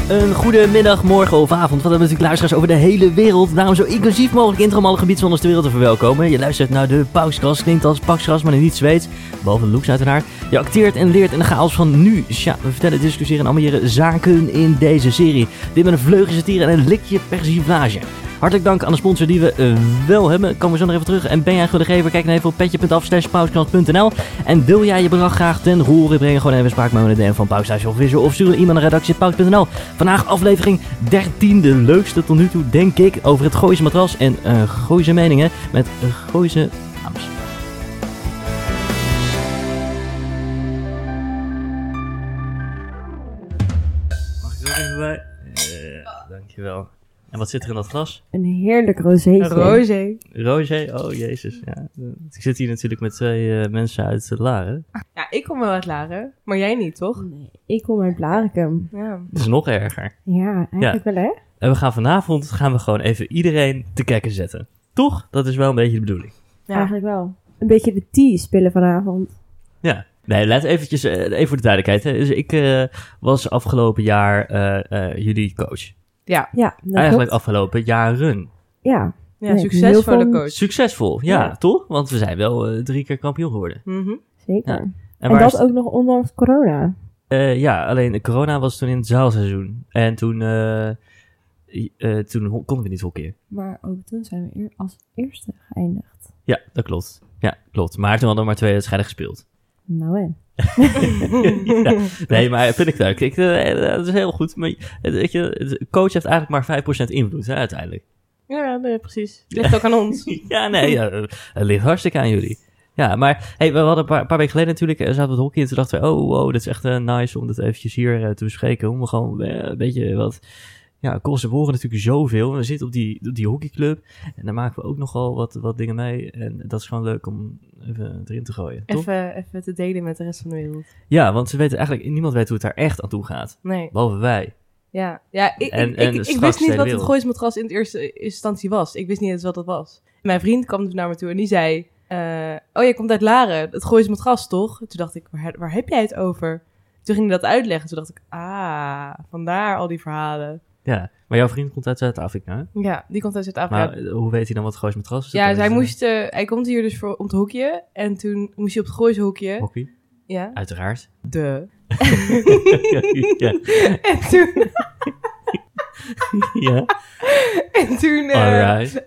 Een goede middag, morgen of avond. Wat hebben we natuurlijk luisteraars over de hele wereld. Daarom zo inclusief mogelijk intro om alle gebiedswonders ter wereld te verwelkomen. Je luistert naar de Pauskast. Klinkt als Paksgras, maar niet Zweeds. Behalve de looks uiteraard. Je acteert en leert in de chaos van nu. Tja, we vertellen, discussiëren en ambiëren zaken in deze serie. Dit met een vleugje satire en een likje persiflage. Hartelijk dank aan de sponsor die we wel hebben. Komen we zo nog even terug. En ben jij een gullegever? Kijk dan even op petje.af/pauskast.nl. En wil jij je bedrag graag ten horen brengen? Gewoon even een spraakmemo in de DM van Paushuis of Visual. Of stuur een e-mail naar redactie@pauks.nl. Vandaag aflevering 13. De leukste tot nu toe, denk ik. Over het Gooise matras en Gooise meningen. Met Gooise dames. Mag ik er ook even bij? Dankjewel. En wat zit er in dat glas? Een heerlijk rozeetje. Rosé. Rosé? Oh, jezus. Ja. Ik zit hier natuurlijk met twee mensen uit Laren. Ja, ik kom wel uit Laren, maar jij niet, toch? Nee, ik kom uit Blaricum. Ja. Dat is nog erger. Ja, eigenlijk wel hè? En we gaan vanavond gewoon even iedereen te kekken zetten. Toch? Dat is wel een beetje de bedoeling. Ja. Eigenlijk wel. Een beetje de tea spillen vanavond. Ja. Nee, laat eventjes, even voor de duidelijkheid. Hè. Dus ik was afgelopen jaar jullie coach. Ja. Ja, dat Eigenlijk klopt. afgelopen jaren. Ja. Ja, Nee, succesvolle heel veel- coach. Succesvol, ja, Ja. toch? Want we zijn wel 3 keer kampioen geworden. Mhm. Zeker. Ja. En waar dat is- ook nog ondanks corona. Ja, alleen de corona was toen in het zaalseizoen. En toen konden we niet hockeyen. Maar ook toen zijn we als eerste geëindigd. Ja, dat klopt. Ja, klopt. Maar toen hadden we maar 2 wedstrijden gespeeld. Nou en. Ja, nee, maar vind ik leuk. Dat is heel goed. Maar weet je, de coach heeft eigenlijk maar 5% invloed, hè, uiteindelijk. Ja, nee, precies. Het ligt ook aan ons. Ja, nee, het ligt hartstikke aan jullie. Ja, maar hey, we hadden een paar weken geleden natuurlijk, zaten we het hockey en toen dachten we, oh, wow, dit is echt nice om dat eventjes hier te bespreken. Om we gewoon een beetje wat, ja, kosten horen natuurlijk zoveel. We zitten op die hockeyclub en daar maken we ook nogal wat dingen mee. En dat is gewoon leuk om even erin te gooien, toch? Even te delen met de rest van de wereld. Ja, want ze weten eigenlijk, niemand weet hoe het daar echt aan toe gaat. Nee. Behalve wij. Ja, ik straks wist de niet hele wat het wereld. Gooise matras in de eerste instantie was. Ik wist niet eens wat dat was. Mijn vriend kwam dus naar me toe en die zei... oh, jij komt uit Laren, het Gooise matras, toch? Toen dacht ik, waar heb jij het over? Toen ging hij dat uitleggen. Toen dacht ik, vandaar al die verhalen. Ja, maar jouw vriend komt uit Zuid-Afrika, hè? Ja, die komt uit Zuid-Afrika. Maar hoe weet hij dan wat Goois matras is? Ja, Dat dus is, hij komt hier dus om te hockeyen. En toen moest hij op het Gooise hockeyen. hockey, Ja, uiteraard. de. Ja. En toen... Ja. En toen... Alright.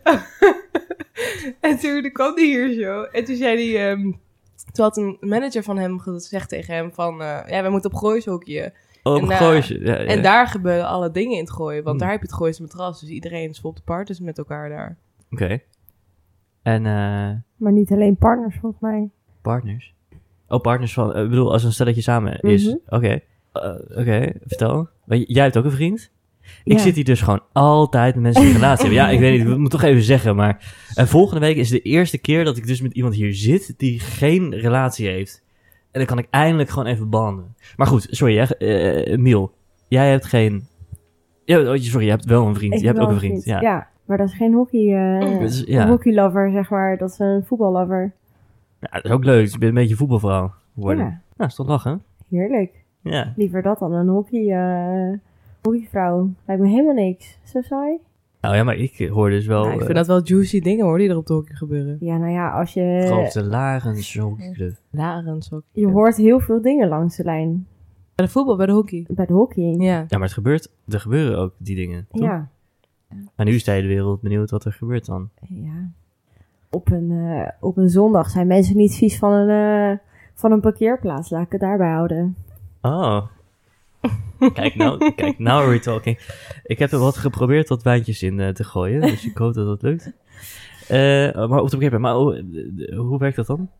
En toen kwam hij hier zo. En toen zei hij... toen had een manager van hem gezegd tegen hem van... wij moeten op Goois hockeyen. Oh, En, Goois. Ja. En daar gebeuren alle dingen in het gooien. Want Hmm. daar heb je het Gooise matras. Dus iedereen is vol op de partners met elkaar daar. Oké. En Maar niet alleen partners volgens mij. partners? Oh, partners van... Ik bedoel, als een stelletje samen is. Mhm. Oké, vertel. Maar jij hebt ook een vriend? Ik Ja. zit hier dus gewoon altijd met mensen die een relatie hebben. Ja, ik weet niet, ik moet toch even zeggen, maar... volgende week is de eerste keer dat ik dus met iemand hier zit die geen relatie heeft. En dan kan ik eindelijk gewoon even banden. Maar goed, sorry, Miel. Jij hebt geen... Ja, sorry, je hebt wel een vriend. Ik Je hebt heb ook een wel vriend, ja. Ja, maar dat is geen Dus, ja. hockeylover, zeg maar. Dat is een voetballover. Ja, dat is ook leuk. Je bent een beetje voetbalvrouw geworden. Ja, Nou, is toch lachen? heerlijk. Ja. Liever dat dan een hockeyvrouw. Lijkt me helemaal niks. Zo saai. Nou ja, maar ik hoor dus wel... Nou, ik vind dat wel juicy dingen hoor, die er op de hockey gebeuren. Ja, nou ja, als je... grote Larens hockeyclub. Larens ook. Je hoort heel veel dingen langs de lijn. Bij de voetbal, bij de hockey. Bij de hockey. Ja. Ja, maar er gebeuren ook die dingen, toch? Ja. Maar nu is de hele wereld benieuwd wat er gebeurt dan. Ja. Op een zondag zijn mensen niet vies van een parkeerplaats. Laat ik het daarbij houden. Oh. Kijk nou we're talking. Ik heb er wat geprobeerd wat wijntjes in te gooien, dus ik hoop dat dat lukt. Maar op de parkeerplaats, maar hoe werkt dat dan?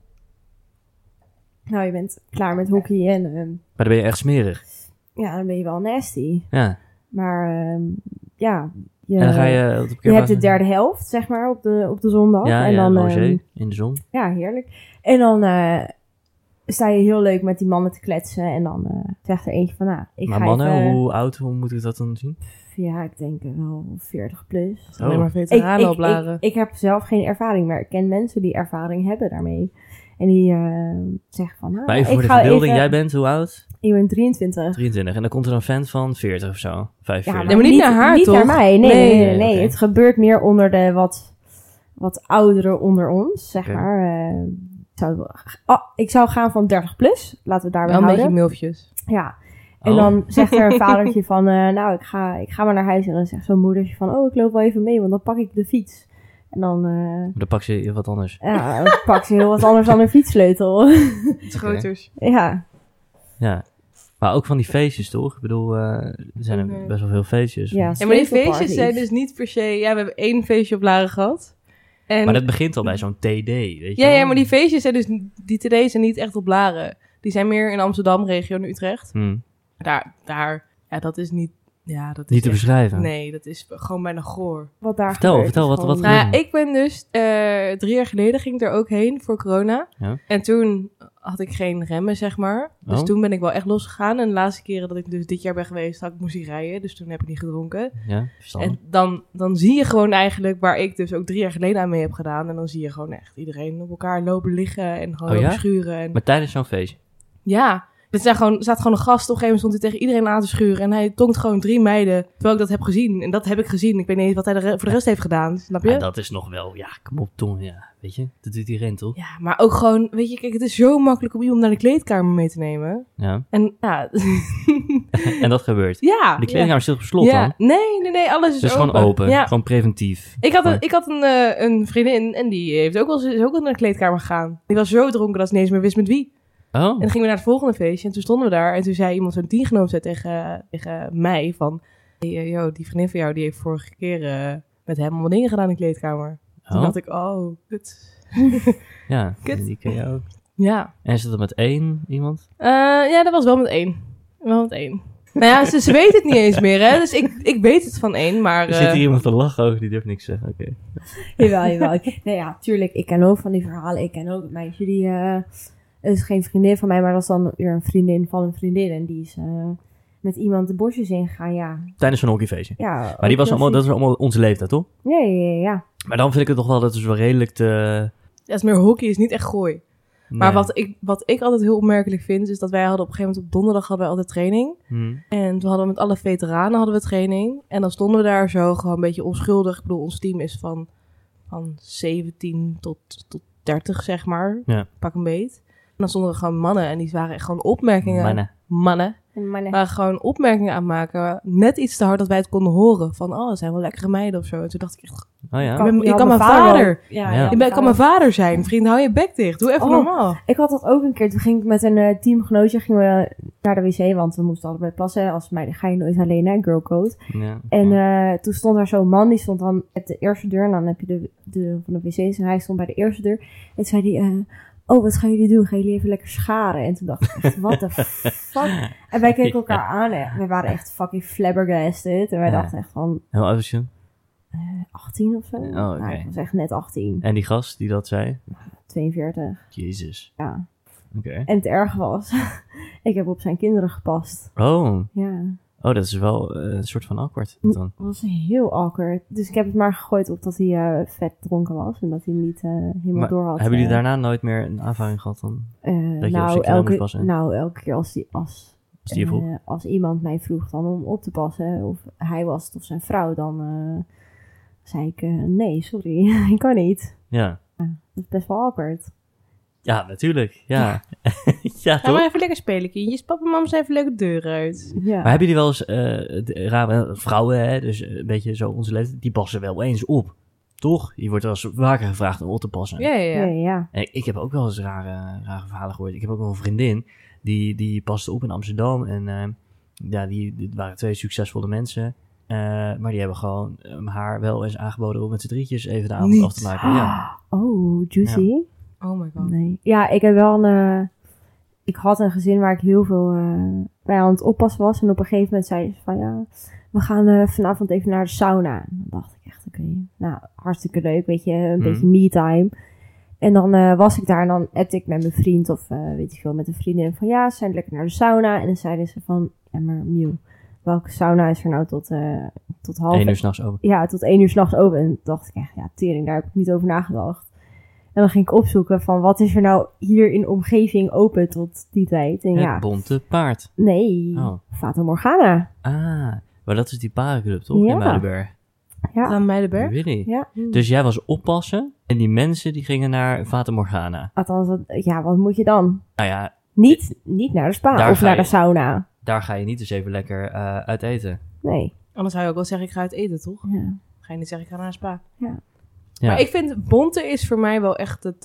Nou, je bent klaar met hockey en Maar dan ben je echt smerig. ja, dan ben je wel nasty. Ja. Maar ja, En dan ga je op de je hebt parkeerplaats... de derde helft, zeg maar, op de zondag. Ja, en ja, dan, rosé, in de zon. ja, heerlijk. En dan sta je heel leuk met die mannen te kletsen. En dan zegt er eentje van, ik Maar ga mannen, even... hoe oud, hoe moet ik dat dan zien? Ja, ik denk wel 40 plus. Alleen maar Ik, veteranen op Laren. ik heb zelf geen ervaring, maar ik ken mensen die ervaring hebben daarmee. En die zegt van... Maar even voor de verbeelding, jij bent hoe oud? Ik ben 23. 23. En dan komt er een vent van 40 of zo. 45. Nee, maar niet naar haar, niet toch? Niet naar mij, nee. Oké. Het gebeurt meer onder de wat ouderen onder ons, zeg Oké. maar. Ik zou gaan van 30 plus. Laten we daarbij Wel een beetje houden. milfjes. Ja. En Oh. dan zegt er een vadertje van... ik ga maar naar huis. En dan zegt zo'n moedertje van... ik loop wel even mee, want dan pak ik de fiets. En dan Dan pak je wat anders. dan pak ze heel wat anders dan een fietssleutel. Groters. Ja. Ja. Maar ook van die feestjes, toch? Ik bedoel, er zijn er Oké. best wel veel feestjes. Ja, Ja, maar die sleutelparties. feestjes zijn dus niet per se... Ja, we hebben 1 feestje op Laren gehad. En Maar dat begint al bij zo'n TD, weet je ja, wel? ja, maar die feestjes zijn dus... Die TD's zijn niet echt op Laren. Die zijn meer in Amsterdam, regio en Utrecht. Daar, ja, dat is niet... Ja, dat is Niet te echt- beschrijven. Nee, dat is gewoon bijna goor. Wat daar Vertel, gebeurt, vertel, is wat- gewoon- wat- Nou ja, ik ben dus 3 jaar geleden ging ik er ook heen voor corona. Ja. En toen had ik geen remmen, zeg maar. Dus Oh. toen ben ik wel echt losgegaan. En de laatste keren dat ik dus dit jaar ben geweest, moest ik rijden. Dus toen heb ik niet gedronken. Ja, verstandig. En dan zie je gewoon eigenlijk waar ik dus ook 3 jaar geleden aan mee heb gedaan. En dan zie je gewoon echt iedereen op elkaar lopen liggen en gewoon Oh ja? lopen schuren. En Maar tijdens zo'n feestje? ja, er staat gewoon een gast. Op een gegeven moment stond hij tegen iedereen aan te schuren. En hij tongt gewoon 3 meiden, terwijl ik dat heb gezien. En dat heb ik gezien. Ik weet niet eens wat hij voor de rest heeft gedaan. Snap je? Ja, dat is nog wel, ja, kom op, Tom, ja. Weet je, dat doet iedereen, toch? Ja, maar ook gewoon, weet je, kijk, het is zo makkelijk om iemand naar de kleedkamer mee te nemen. Ja. En ja, En dat gebeurt. ja. Die kledingkamer is stil op slot Ja, dan? nee, alles is Dus open. gewoon open, Ja. gewoon preventief. Ik had een vriendin en die heeft ook wel, is ook wel naar de kleedkamer gegaan. Die was zo dronken dat ze niet eens meer wist met wie. Oh, En dan gingen we naar het volgende feestje en toen stonden we daar. En toen zei iemand, zo'n teamgenoot, zei tegen mij van... Hey, die vriendin van jou, die heeft vorige keer met hem allemaal dingen gedaan in de kleedkamer. Toen oh. dacht ik, oh, kut. Ja, Kut. die ken je ook. Ja. En is dat met 1 iemand? Ja, dat was wel met 1. Wel met 1. Nou ja, ze weet het niet eens meer, hè. Dus ik weet het van 1, maar... Er zit hier iemand te lachen ook, die durft niks te zeggen. Oké. Jawel. Nee, ja, tuurlijk. Ik ken ook van die verhalen. Ik ken ook een meisje die... het is geen vriendin van mij, maar dat is dan weer een vriendin van een vriendin. En die is met iemand de bosjes ingegaan, ja. Tijdens zo'n hockeyfeestje. Ja, Maar die was ook allemaal, heel dat is allemaal onze leeftijd, toch? Ja. Maar dan vind ik het toch wel, dat is wel redelijk te... Ja, het is meer hockey, is niet echt gooi. Maar Nee. wat ik altijd heel opmerkelijk vind, is dat wij hadden op een gegeven moment op donderdag hadden wij altijd training. En toen hadden we met alle veteranen hadden we training. En dan stonden we daar zo gewoon een beetje onschuldig. Ik bedoel, ons team is van 17 tot 30, zeg maar. Ja. Pak een beet. En dan stonden er gewoon mannen en die waren echt gewoon opmerkingen. Mannen. Maar nee. Waren gewoon opmerkingen aan het maken. Net iets te hard dat wij het konden horen. Van, dat zijn wel lekkere meiden of zo. En toen dacht ik echt, Oh ja? je kan mijn vader. Ja. Ik kan mijn vader zijn. Vriend, hou je bek dicht. Doe even Oh. normaal. Ik had dat ook een keer. Toen ging ik met een teamgenootje gingen we naar de wc, want we moesten allebei plassen. Als meiden ga je nooit alleen, hè, girlcode. Ja. En toen stond daar zo'n man, die stond dan op de eerste deur. En dan heb je de deur van de wc's en hij stond bij de eerste deur. En toen zei hij, wat gaan jullie doen? Gaan jullie even lekker scharen? En toen dacht ik echt, what the fuck? En wij keken elkaar aan en we waren echt fucking flabbergasted. En wij Ja. dachten echt van Heel oud was je? 18 of zo. oké. Nou, ik was echt net 18. En die gast die dat zei? 42, Jezus. ja. Oké. En het erge was, ik heb op zijn kinderen gepast. Oh, Ja, dat is wel een soort van awkward dan. dat was heel awkward. Dus ik heb het maar gegooid op dat hij vet dronken was. En dat hij niet helemaal Maar door had. hebben jullie daarna nooit meer een aanvaring gehad dan? Dat je op zijn kinderen moest passen? elke keer Als die je vroeg? als iemand mij vroeg dan om op te passen, of hij was het of zijn vrouw, dan zei ik, nee, sorry, ik kan niet. Ja. Dat is best wel awkward. Ja, natuurlijk. Ja. Ja, Ga toch? maar even lekker spelen, kindjes. Papa en mama zijn even leuke deur uit. Ja. Maar hebben jullie wel eens rare vrouwen, hè, dus een beetje zo onze leeftijd, die passen wel eens op. Toch? Je wordt wel eens vaker gevraagd om op te passen. Ja. Ja. En ik heb ook wel eens rare verhalen gehoord. Ik heb ook wel een vriendin, die paste op in Amsterdam. En die waren 2 succesvolle mensen. Maar die hebben gewoon haar wel eens aangeboden om met z'n drietjes even de avond Niet. af te maken. Ja. Oh, juicy. Oh my god. Nee. Ja, ik heb wel ik had een gezin waar ik heel veel bij aan het oppassen was. En op een gegeven moment zei ze van, ja, we gaan vanavond even naar de sauna. En dan dacht ik echt, oké, nou, hartstikke leuk, weet je, een beetje me-time. En dan was ik daar en dan appte ik met mijn vriend of weet ik veel, met een vriendin van, ja, ze zijn lekker naar de sauna. En dan zeiden ze van, ja, maar Miel, welke sauna is er nou tot half... 1 uur 's nachts open. Ja, tot 1 uur 's nachts open. En toen dacht ik echt, ja, tering, daar heb ik niet over nagedacht. En dan ging ik opzoeken van wat is er nou hier in de omgeving open tot die tijd. En Het bonte paard. nee, Oh. Fata Morgana. Ah, maar dat is die parenclub toch? Ja. In Muidenberg. Ja. Aan Meidenberg. Really? Ja. Dus jij was oppassen en die mensen die gingen naar Fata Morgana. Althans, wat moet je dan? Nou ja, Niet naar de spa Daar of ga naar je. de sauna. daar ga je niet eens even lekker uit eten. Nee. Anders zou je ook wel zeggen, ik ga uit eten, toch? Ja. Ga je niet zeggen, ik ga naar een spa. Ja. Maar ik vind bonte is voor mij wel echt het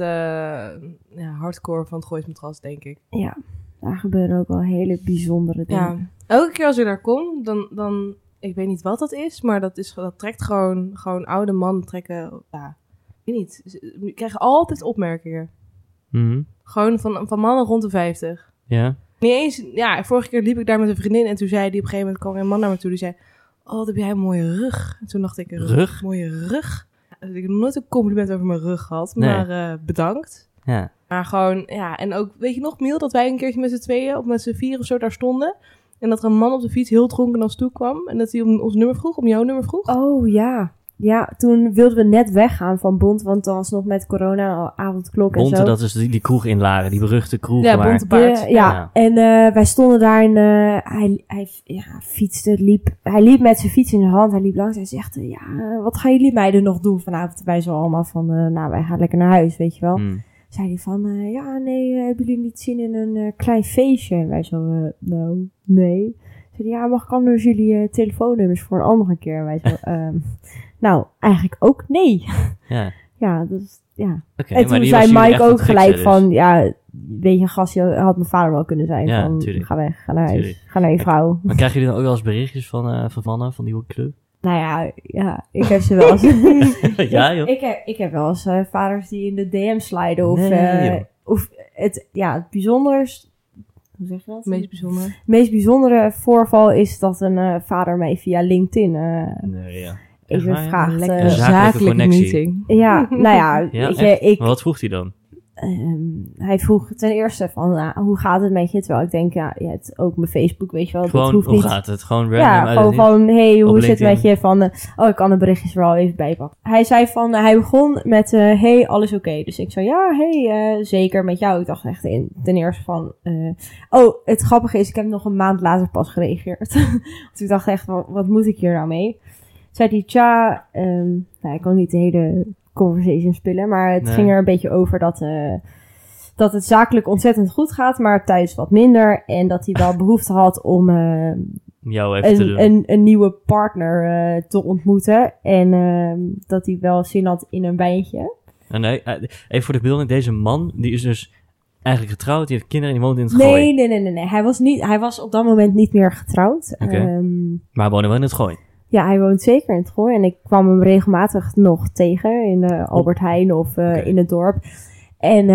hardcore van het Goois Matras, denk ik. Ja, daar gebeuren ook wel hele bijzondere dingen. Ja. Elke keer als ik daar kom, dan ik weet niet wat dat is, maar dat trekt gewoon oude mannen trekken. Ja, ik weet niet. Ze krijgen altijd opmerkingen. Mhm. Gewoon van mannen rond de 50. Ja. Niet eens, ja, vorige keer liep ik daar met een vriendin en toen zei die op een gegeven moment kwam er een man naar me toe die zei, oh, wat heb jij een mooie rug. En toen dacht ik, Rug? Mooie rug. Ja, ik heb nog nooit een compliment over mijn rug gehad, Nee. maar bedankt. Ja. Maar gewoon, ja, en ook, weet je nog, Miel, dat wij een keertje met z'n tweeën of met z'n vier of zo daar stonden. En dat er een man op de fiets heel dronken naar ons toe kwam. En dat hij om ons nummer vroeg, om jouw nummer vroeg. Oh ja. Ja, toen wilden we net weggaan van Bont, want dan was nog met corona avondklok en Bonte, zo. dat is die kroeg in Laren, die beruchte kroeg. Ja, waar- Bonte Paard. Ja, Ja. en wij stonden daar en hij fietste, hij liep met zijn fiets in de hand. Hij liep langs. Hij zegt, wat gaan jullie meiden nog doen vanavond? Wij zo allemaal van, wij gaan lekker naar huis, weet je wel. Hmm. Zei hij van, hebben jullie niet zin in een klein feestje? En wij zo, nou, nee. Zei hij, mag ik anders jullie telefoonnummers voor een andere keer? En wij zo, nou, eigenlijk ook nee. Ja. Ja, dus, ja. Oké, En maar toen die zei was jullie Mike echt aan ook het gelijk fixen, van, weet je, gastje, had mijn vader wel kunnen zijn. Ja, van, tuurlijk. ga weg, ga naar huis, Tuurlijk. ga naar je vrouw. Maar krijgen jullie dan ook wel eens berichtjes van mannen van die club? Nou ja, ik heb ze wel eens. Ja, joh. Ik heb wel eens vaders die in de DM sliden. Nee, joh. Of het bijzonders... Hoe zeg je dat? Het meest bijzonder. Het meest bijzondere voorval is dat een vader mij via LinkedIn Nee, ja. even Echt waar, ja? vraagt. Lekker Een zakelijke zakelijke connectie. meeting. Ja, nou ja, Ja, weet je, echt? Maar wat vroeg hij dan? hij vroeg ten eerste van, hoe gaat het met je? Terwijl ik denk, je hebt ook mijn Facebook, weet je wel, dat Gewoon, hoeft hoe niet. gaat het? Gewoon random Ja, uit gewoon het niets? van, hey, hoe Op is het met LinkedIn. je? Van, ik kan de berichtjes er wel even bijpakken. Hij zei van, hij begon met, hey, alles oké. Dus ik zei, ja, hey, zeker met jou. Ik dacht echt ten eerste van, het grappige is, ik heb nog een maand later pas gereageerd. Dus ik dacht echt, wat moet ik hier nou mee? Zei hij, tja, ik kan niet de hele conversation spillen, maar het Nee. ging er een beetje over dat het zakelijk ontzettend goed gaat, maar thuis wat minder. En dat hij wel behoefte had om Jou even te doen. een nieuwe partner te ontmoeten. En dat hij wel zin had in een wijntje. Oh, nee, even voor de beelding. Deze man, die is dus eigenlijk getrouwd. Die heeft kinderen en die woont in het Gooi. Nee. Hij was op dat moment niet meer getrouwd. Oké. Maar hij woonde wel in het Gooi. Ja, hij woont zeker in het Gooi. En ik kwam hem regelmatig nog tegen in Albert Heijn of in het dorp. En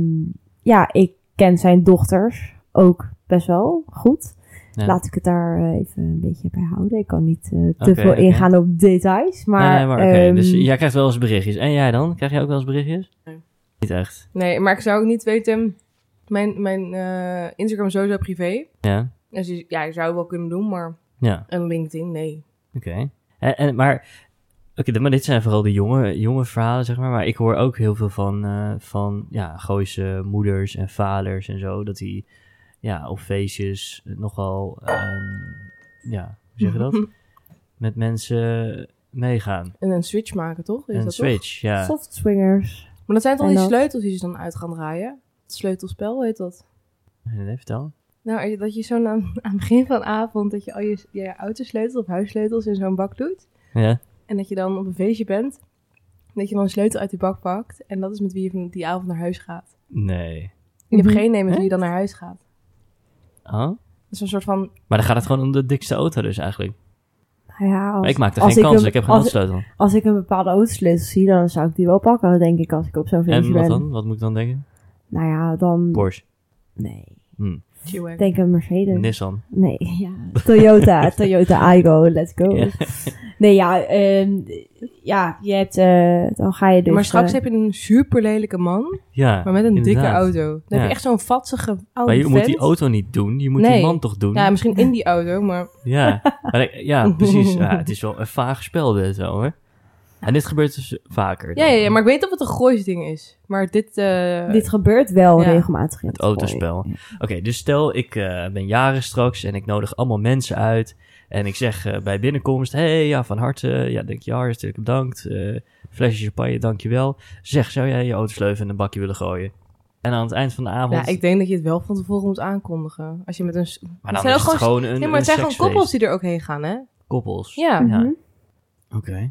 ik ken zijn dochters ook best wel goed. Ja. Laat ik het daar even een beetje bij houden. Ik kan niet te Oké, veel oké. ingaan op details. Maar, Nee, maar oké. Dus jij krijgt wel eens berichtjes. En jij dan? Krijg jij ook wel eens berichtjes? Nee. Niet echt. Nee, maar ik zou ook niet weten, mijn Instagram is sowieso privé. Ja. Dus je zou het wel kunnen doen, maar Ja. een LinkedIn, nee. Oké. Maar maar dit zijn vooral de jonge verhalen, zeg maar. Maar ik hoor ook heel veel van Gooise moeders en vaders en zo. Dat die op feestjes nogal, hoe zeg je dat? Met mensen meegaan. En een switch maken, toch? Is Een dat switch, ja. soft swingers. Toch? Maar dat zijn toch En die dat- sleutels die ze dan uit gaan draaien? Het sleutelspel, heet dat? Nee, vertel. Nou, dat je zo aan het begin van de avond, dat je al je autosleutels of huissleutels in zo'n bak doet. Ja. En dat je dan op een feestje bent. Dat je dan een sleutel uit die bak pakt. En dat is met wie je van die avond naar huis gaat. Nee. Je hebt Mhm. geen idee met wie je Echt? dan naar huis gaat. Oh? Dat is een soort van... Maar dan gaat het gewoon om de dikste auto dus eigenlijk. Nou ja, Maar ik maak er als geen kans, hem- ik heb geen als- handsleutel. Als ik een bepaalde autosleutel zie, dan zou ik die wel pakken, denk ik, als ik op zo'n feestje En wat ben. dan? Wat moet ik dan denken? Nou ja, dan... Porsche. Nee. G-Wagon. Ik denk een Mercedes. Nissan. Nee, ja. Toyota Aygo, let's go. Ja. Nee, je hebt... dan ga je dus... Maar straks heb je een super lelijke man, Ja, maar met een dikke inderdaad. auto. Dan heb Ja. je echt zo'n vatsige oude Maar je moet die vent. auto niet doen, je moet Nee. die man toch doen? Ja, misschien in die auto, maar... Ja, maar ja precies. Ja, het is wel een vaag spel dit zo, hoor. En dit gebeurt dus vaker. Ja, maar ik weet niet of het een gooisding is. Maar dit... Dit gebeurt wel Ja. regelmatig in Het autospel. Ja. Oké, dus stel ik ben jarig straks en ik nodig allemaal mensen uit. En ik zeg bij binnenkomst, van harte, denk je hartstikke bedankt. Flesje champagne, dankjewel. Zeg, zou jij je autosleuven in een bakje willen gooien? En aan het eind van de avond... Ja, ik denk dat je het wel van tevoren moet aankondigen. Als je met een... maar dan zijn is ook het gewoon een Nee, maar het zijn gewoon seksfeest. koppels die er ook heen gaan, hè? Koppels. Ja. Mhm. Ja. Oké.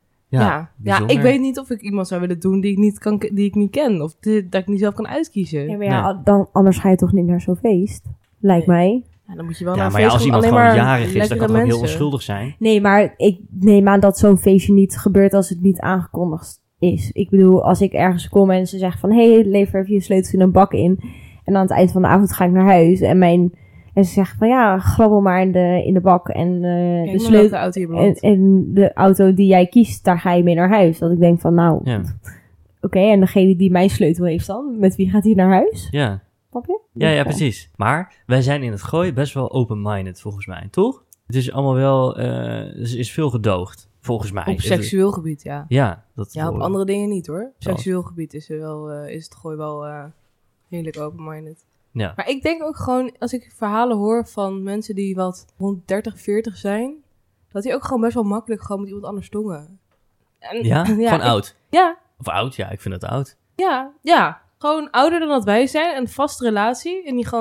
Ja, bijzonder. ik weet niet of ik iemand zou willen doen die ik niet ken. Of dat ik niet zelf kan uitkiezen. Ja, maar dan, anders ga je toch niet naar zo'n feest? Lijkt mij. Ja, dan moet je wel Ja, naar maar een ja, feest als van iemand alleen gewoon maar jarig is, dan kan lekkere het ook heel mensen. onschuldig zijn. Nee, maar ik neem aan dat zo'n feestje niet gebeurt als het niet aangekondigd is. Ik bedoel, als ik ergens kom en ze zeggen van... lever even je sleutels in een bak in. En aan het eind van de avond ga ik naar huis. En ze zeggen van ja, grabbel maar in de bak. En Kijk de maar sleutel... welke auto je belandt. En de auto die jij kiest, daar ga je mee naar huis. Dat ik denk van nou... Ja. Oké, en degene die mijn sleutel heeft dan? Met wie gaat hij naar huis? Ja. Snap je? Ja, precies. Maar wij zijn in het gooi best wel open-minded, volgens mij, toch? Het is allemaal wel... er is veel gedoogd, volgens mij. Op seksueel gebied, ja. Ja, dat Ja, op andere dingen niet hoor. Op Zo. seksueel gebied is het gooi wel redelijk open-minded. Ja. Maar ik denk ook gewoon, als ik verhalen hoor van mensen die wat rond 30, 40 zijn, dat die ook gewoon best wel makkelijk gewoon met iemand anders tongen. En, Ja? Van oud? Ja, Of oud? Ja, ik vind het oud. ja. Gewoon ouder dan dat wij zijn, een vaste relatie. En die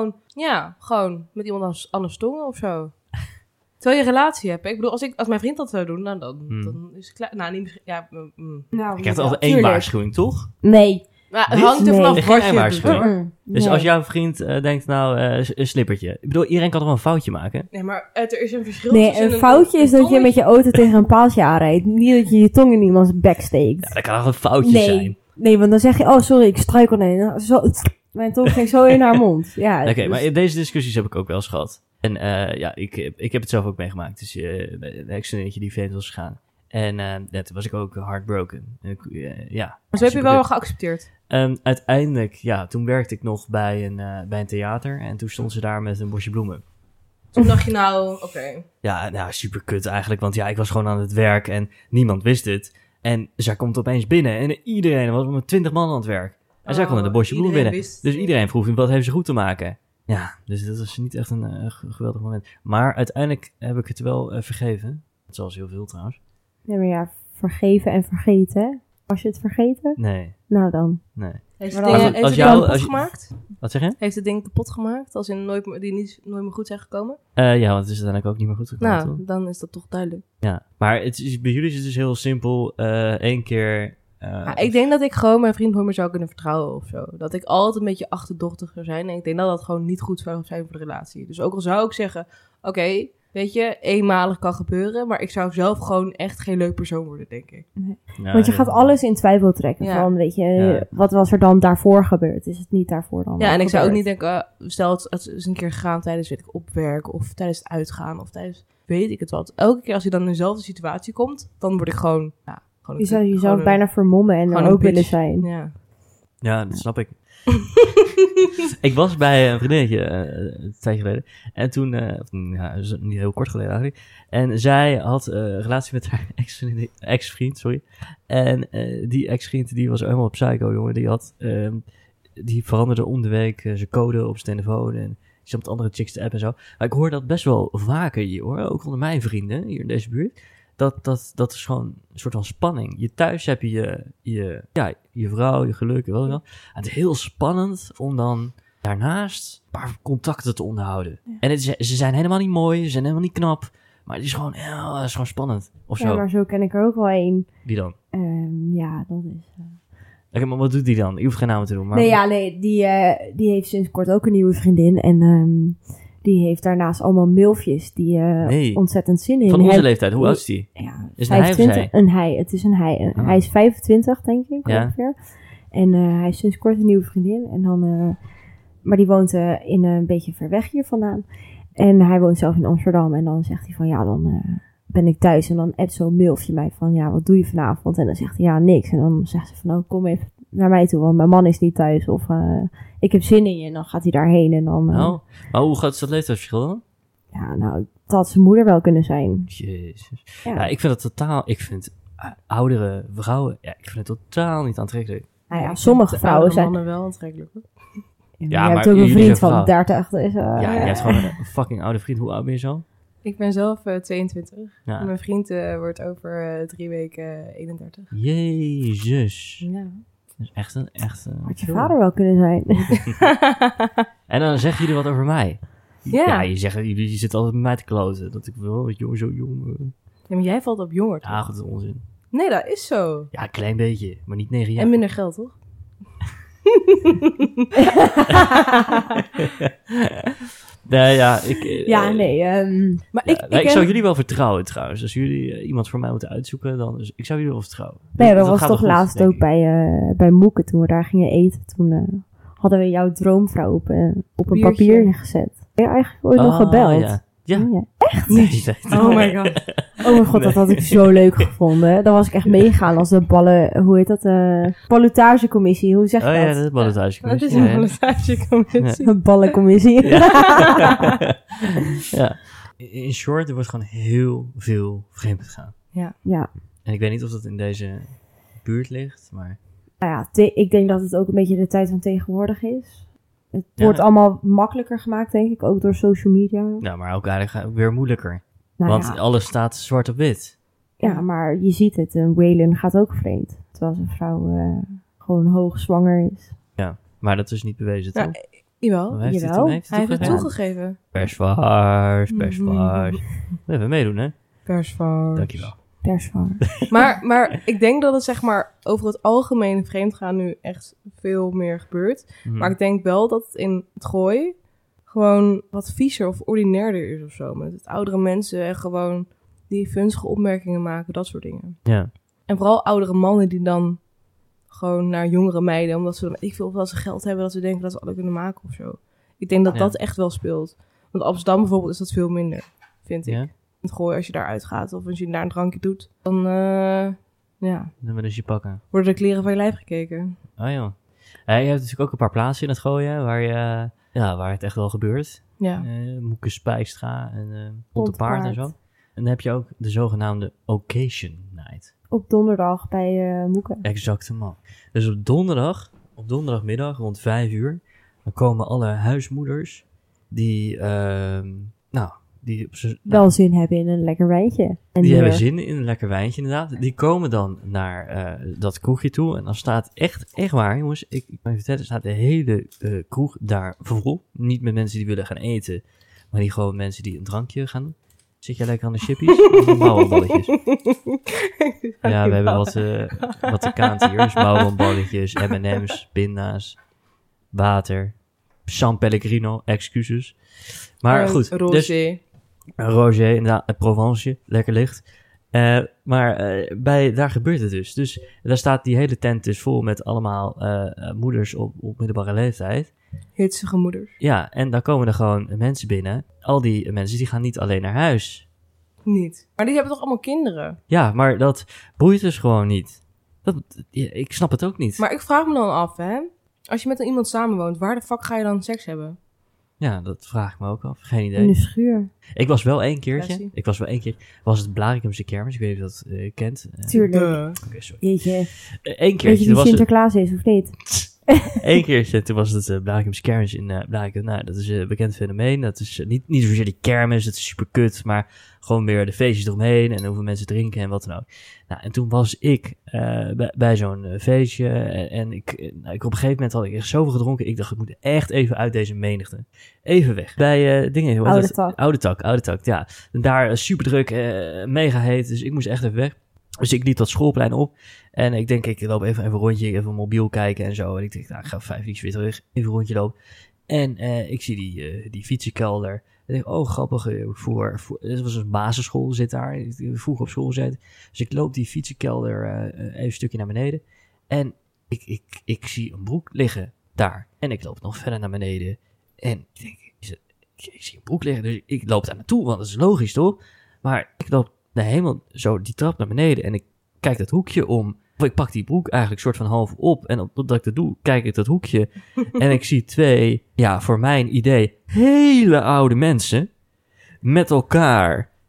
gewoon met iemand anders tongen of zo. Terwijl je een relatie hebt. Ik bedoel, als mijn vriend dat zou doen, nou, dan is het klaar. Nou, niet misschien. Ja, Nou, Je krijgt altijd één tuurlijk. waarschuwing, toch? Nee. maar het Niet? hangt er vanaf Nee. Geen wat je doet, waarschuwing. hoor. Dus Nee. als jouw vriend denkt, nou, een slippertje. Ik bedoel, iedereen kan toch wel een foutje maken? Nee, maar er is een verschil Nee, tussen een foutje is dat je met tongetje- je auto tegen een paaltje aanrijdt. Niet dat je je tong in iemands bek steekt. Ja, dat kan toch een foutje zijn? Nee, want dan zeg je, oh sorry, ik struikel. Nee, mijn tong ging zo in haar mond. Ja, Oké, dus- maar deze discussies heb ik ook wel eens gehad. En ik heb het zelf ook meegemaakt. Dus een ex-vriendinnetje die vreemd was gegaan. En toen was ik ook heartbroken. En Maar zo heb je wel geaccepteerd. Uiteindelijk, toen werkte ik nog bij een theater. En toen stond ze daar met een bosje bloemen. Toen dacht je nou, oké. Ja, nou, super kut eigenlijk. Want ik was gewoon aan het werk en niemand wist het. En zij komt opeens binnen en iedereen was met 20 man aan het werk. En zij kwam met een bosje bloemen binnen. Dus iedereen vroeg, wat heeft ze goed te maken? Ja, dus dat was niet echt een geweldig moment. Maar uiteindelijk heb ik het wel vergeven. Zoals heel veel trouwens. Nee, maar ja, vergeven en vergeten. Hè? Was je het vergeten? Nee. Nou dan. Heeft Maar het dan- ding als kapot jou- als je- gemaakt? Wat zeg je? Heeft het ding kapot gemaakt? Als in nooit meer goed zijn gekomen? Ja, want het is uiteindelijk ook niet meer goed gekomen, Nou, toch? dan is dat toch duidelijk. Ja, maar bij jullie is het dus heel simpel. 1 keer... Maar ik denk dat ik gewoon mijn vriend nooit meer zou kunnen vertrouwen of zo. Dat ik altijd een beetje achterdochtig zou zijn. En ik denk dat dat gewoon niet goed zou zijn voor de relatie. Dus ook al zou ik zeggen, oké, weet je, eenmalig kan gebeuren. Maar ik zou zelf gewoon echt geen leuk persoon worden, denk ik. Ja, Want je gaat alles in twijfel trekken. Ja. Van, weet je, Ja. wat was er dan daarvoor gebeurd? Is het niet daarvoor dan Ja, en ik zou ook gebeurd? niet denken, stel het is een keer gegaan tijdens, weet ik, opwerken. Of tijdens het uitgaan. Of tijdens, weet ik het wat. Elke keer als je dan in dezelfde situatie komt, dan word ik gewoon, gewoon Je zou gewoon jezelf een- bijna vermommen en gewoon er een ook willen bitch. zijn. Ja. Ja, dat snap ik. Ik was bij een vriendinnetje een tijdje geleden. En toen, is niet heel kort geleden eigenlijk. En zij had een relatie met haar ex-vriend, sorry. En die ex-vriend die was helemaal psycho, jongen. Die veranderde om de week zijn code op zijn telefoon. En die zat met andere chicks te appen en zo. Maar ik hoor dat best wel vaker hier, hoor. Ook onder mijn vrienden hier in deze buurt. Dat is gewoon een soort van spanning. Je thuis heb je je vrouw, je geluk, wel. En het is heel spannend om dan daarnaast een paar contacten te onderhouden. Ja. En ze zijn helemaal niet mooi, ze zijn helemaal niet knap. Maar het is gewoon, het is gewoon spannend. Of Ja, zo. maar zo ken ik er ook wel een. Wie dan? Ja, dat is... Oké, maar wat doet die dan? Je hoeft geen namen te doen. Maar... Nee, die heeft sinds kort ook een nieuwe vriendin. En die heeft daarnaast allemaal milfjes die ontzettend zin in Van onze hebben. leeftijd, hoe oud is die? Ja, Is het een hij of zij? Een hij, het is een hij. Oh. Hij is 25, denk ik, Ja. ongeveer. En hij heeft sinds kort een nieuwe vriendin. En dan, maar die woont in een beetje ver weg hier vandaan. En hij woont zelf in Amsterdam. En dan zegt hij van, ja, dan ben ik thuis. En dan appt zo'n milfje mij van, ja, wat doe je vanavond? En dan zegt hij, ja, niks. En dan zegt ze van, oh, kom even naar mij toe, want mijn man is niet thuis. Of ik heb zin in je. En dan gaat hij daarheen. En dan, maar hoe groot is dat leeftijdsverschil dan? Ja, nou, dat had zijn moeder wel kunnen zijn. Jezus. Ja, ik vind het totaal... Ik vind oudere vrouwen, ja, ik vind het totaal niet aantrekkelijk. Nou ja, sommige vrouwen zijn... mannen wel aantrekkelijk. Hoor. Ja, Ja, je maar hebt ook een jullie vriend zijn van vrouw. 30. Dus, Ja, je hebt gewoon een fucking oude vriend. Hoe oud ben je zo? Ik ben zelf 22. Ja. Mijn vriend wordt over 3 weken 31. Jezus. Ja. Dat is echt een... had je vader wel kunnen zijn. En dan zeggen jullie wat over mij. Ja. Je zit altijd met mij te kloten. Dat ik wel jong, zo jong... Ja, maar jij valt op jonger. toch? Ja, goed, dat is onzin. Nee, dat is zo. Ja, een klein beetje, maar niet 9 jaar. En minder geld, toch? Nee, ja, ik... Ja, nee. Maar ja, ik zou jullie wel vertrouwen trouwens. Als jullie iemand voor mij moeten uitzoeken, dan... Dus ik zou jullie wel vertrouwen. Nee, dat was gaat toch wel goed, laatst denk ook ik. bij Moeke toen we daar gingen eten. Toen hadden we jouw droomvrouw op een Biertje. papiertje gezet. Ben je eigenlijk ooit nog gebeld? Ja. Ja. Ja. Nee, Oh my god. Oh mijn god, dat had ik zo leuk gevonden. Dan was ik echt meegegaan als de hoe heet dat? Ballotagecommissie, hoe zeg je Oh ja, dat? dat is ballotage. Het is een ballotagecommissie. Een ballencommissie. Ja. In short, er wordt gewoon heel veel vreemd gegaan. Ja, En ik weet niet of dat in deze buurt ligt, maar... nou ja, ik denk dat het ook een beetje de tijd van tegenwoordig is. Het Ja. wordt allemaal makkelijker gemaakt, denk ik, ook door social media. Nou, maar ook eigenlijk weer moeilijker. Nou Want ja, alles staat zwart op wit. ja, maar je ziet het. Waylon gaat ook vreemd. Terwijl zijn vrouw gewoon hoogzwanger is. Maar dat is niet bewezen, Ja, toch? jawel. Heeft hij jawel. toen- heeft Hij heeft het toegegeven? toegegeven. Persvars, persvars. Even meedoen, hè? Persvars. Dankjewel. Persvanger. Maar ik denk dat het zeg maar over het algemeen vreemdgaan nu echt veel meer gebeurt. Mhm. Maar ik denk wel dat het in het Gooi gewoon wat viezer of ordinairder is of zo. Met het oudere mensen en gewoon die vunzige opmerkingen maken, dat soort dingen. Ja. En vooral oudere mannen die dan gewoon naar jongere meiden, omdat ze, ik veel dat ze geld hebben, dat ze denken dat ze alles kunnen maken of zo. Ik denk dat Ja. dat echt wel speelt. Want Amsterdam bijvoorbeeld is dat veel minder, vind ik. Ja? In het Gooi, als je daar uitgaat of als je daar een drankje doet, dan ja, Dan willen ze je pakken. worden de kleren van je lijf gekeken. Oh joh. Je hebt natuurlijk ook een paar plaatsen in het gooien waar het echt wel gebeurt. Ja. Moeke Spijkstra en Ponte Pontepaard. Paard en zo. En dan heb je ook de zogenaamde Occasion Night. Op donderdag bij Moeke. Exactement. Dus op donderdagmiddag rond 5 uur, dan komen alle huismoeders die, Wel zin hebben in een lekker wijntje. En die hebben zin in een lekker wijntje inderdaad. Die komen dan naar dat kroegje toe en dan staat echt waar jongens, ik kan je vertellen, staat de hele kroeg daar vol. Niet met mensen die willen gaan eten, maar die gewoon mensen die een drankje gaan doen. Zit jij lekker aan de chippies? Of mouwenballetjes? Ja, we hebben wat te kaant hier. Dus mouwenballetjes, M&M's, pinda's, water, San Pellegrino, excuses. Maar goed, Roger. dus Roger, inderdaad, Provence, lekker licht. Daar gebeurt het dus. Dus daar staat die hele tent dus vol met allemaal moeders op middelbare leeftijd. Hitsige moeders. Ja, en dan komen er gewoon mensen binnen. Al die mensen die gaan niet alleen naar huis. Niet. Maar die hebben toch allemaal kinderen? Ja, maar dat boeit dus gewoon niet. Ik snap het ook niet. Maar ik vraag me dan af, hè. Als je met iemand samenwoont, waar de fuck ga je dan seks hebben? Ja, dat vraag ik me ook af. Geen In de idee. schuur. Ik was wel één keertje. Pressie. Was het Blaricumse kermis. Ik weet niet of je dat kent. Tuurlijk. Oké, sorry. Jeetje. Eén Weet je keertje. wie Was het, Sinterklaas is of niet? Eén keertje, toen was het Blaricumse kermis in Blaricum. Nou, dat is een bekend fenomeen. Dat is niet zozeer die kermis, dat is super kut, maar gewoon meer de feestjes eromheen en hoeveel mensen drinken en wat dan ook. Nou, en toen was ik bij zo'n feestje en ik op een gegeven moment had ik echt zoveel gedronken. Ik dacht, ik moet echt even uit deze menigte. Even weg. Bij dingen. wat Oude dat- Tak. Oude tak, ja. En daar super druk, mega heet, dus ik moest echt even weg. Dus ik liep dat schoolplein op. En ik denk, ik loop even een rondje, even mobiel kijken en zo. En ik denk, nou, ik ga 5 minuutjes weer terug, even een rondje lopen. En ik zie die fietsenkelder. En ik denk, oh, grappig, dit was een basisschool, zit daar. Ik vroeg op school gezeten. Dus ik loop die fietsenkelder even een stukje naar beneden. En ik zie een broek liggen daar. En ik loop nog verder naar beneden. En ik denk, ik zie een broek liggen, dus ik loop daar naartoe, want dat is logisch, toch? Maar ik loop helemaal zo die trap naar beneden en ik kijk dat hoekje om. Of ik pak die broek eigenlijk soort van half op. En omdat ik dat doe, kijk ik dat hoekje. En ik zie 2, voor mijn idee, hele oude mensen met elkaar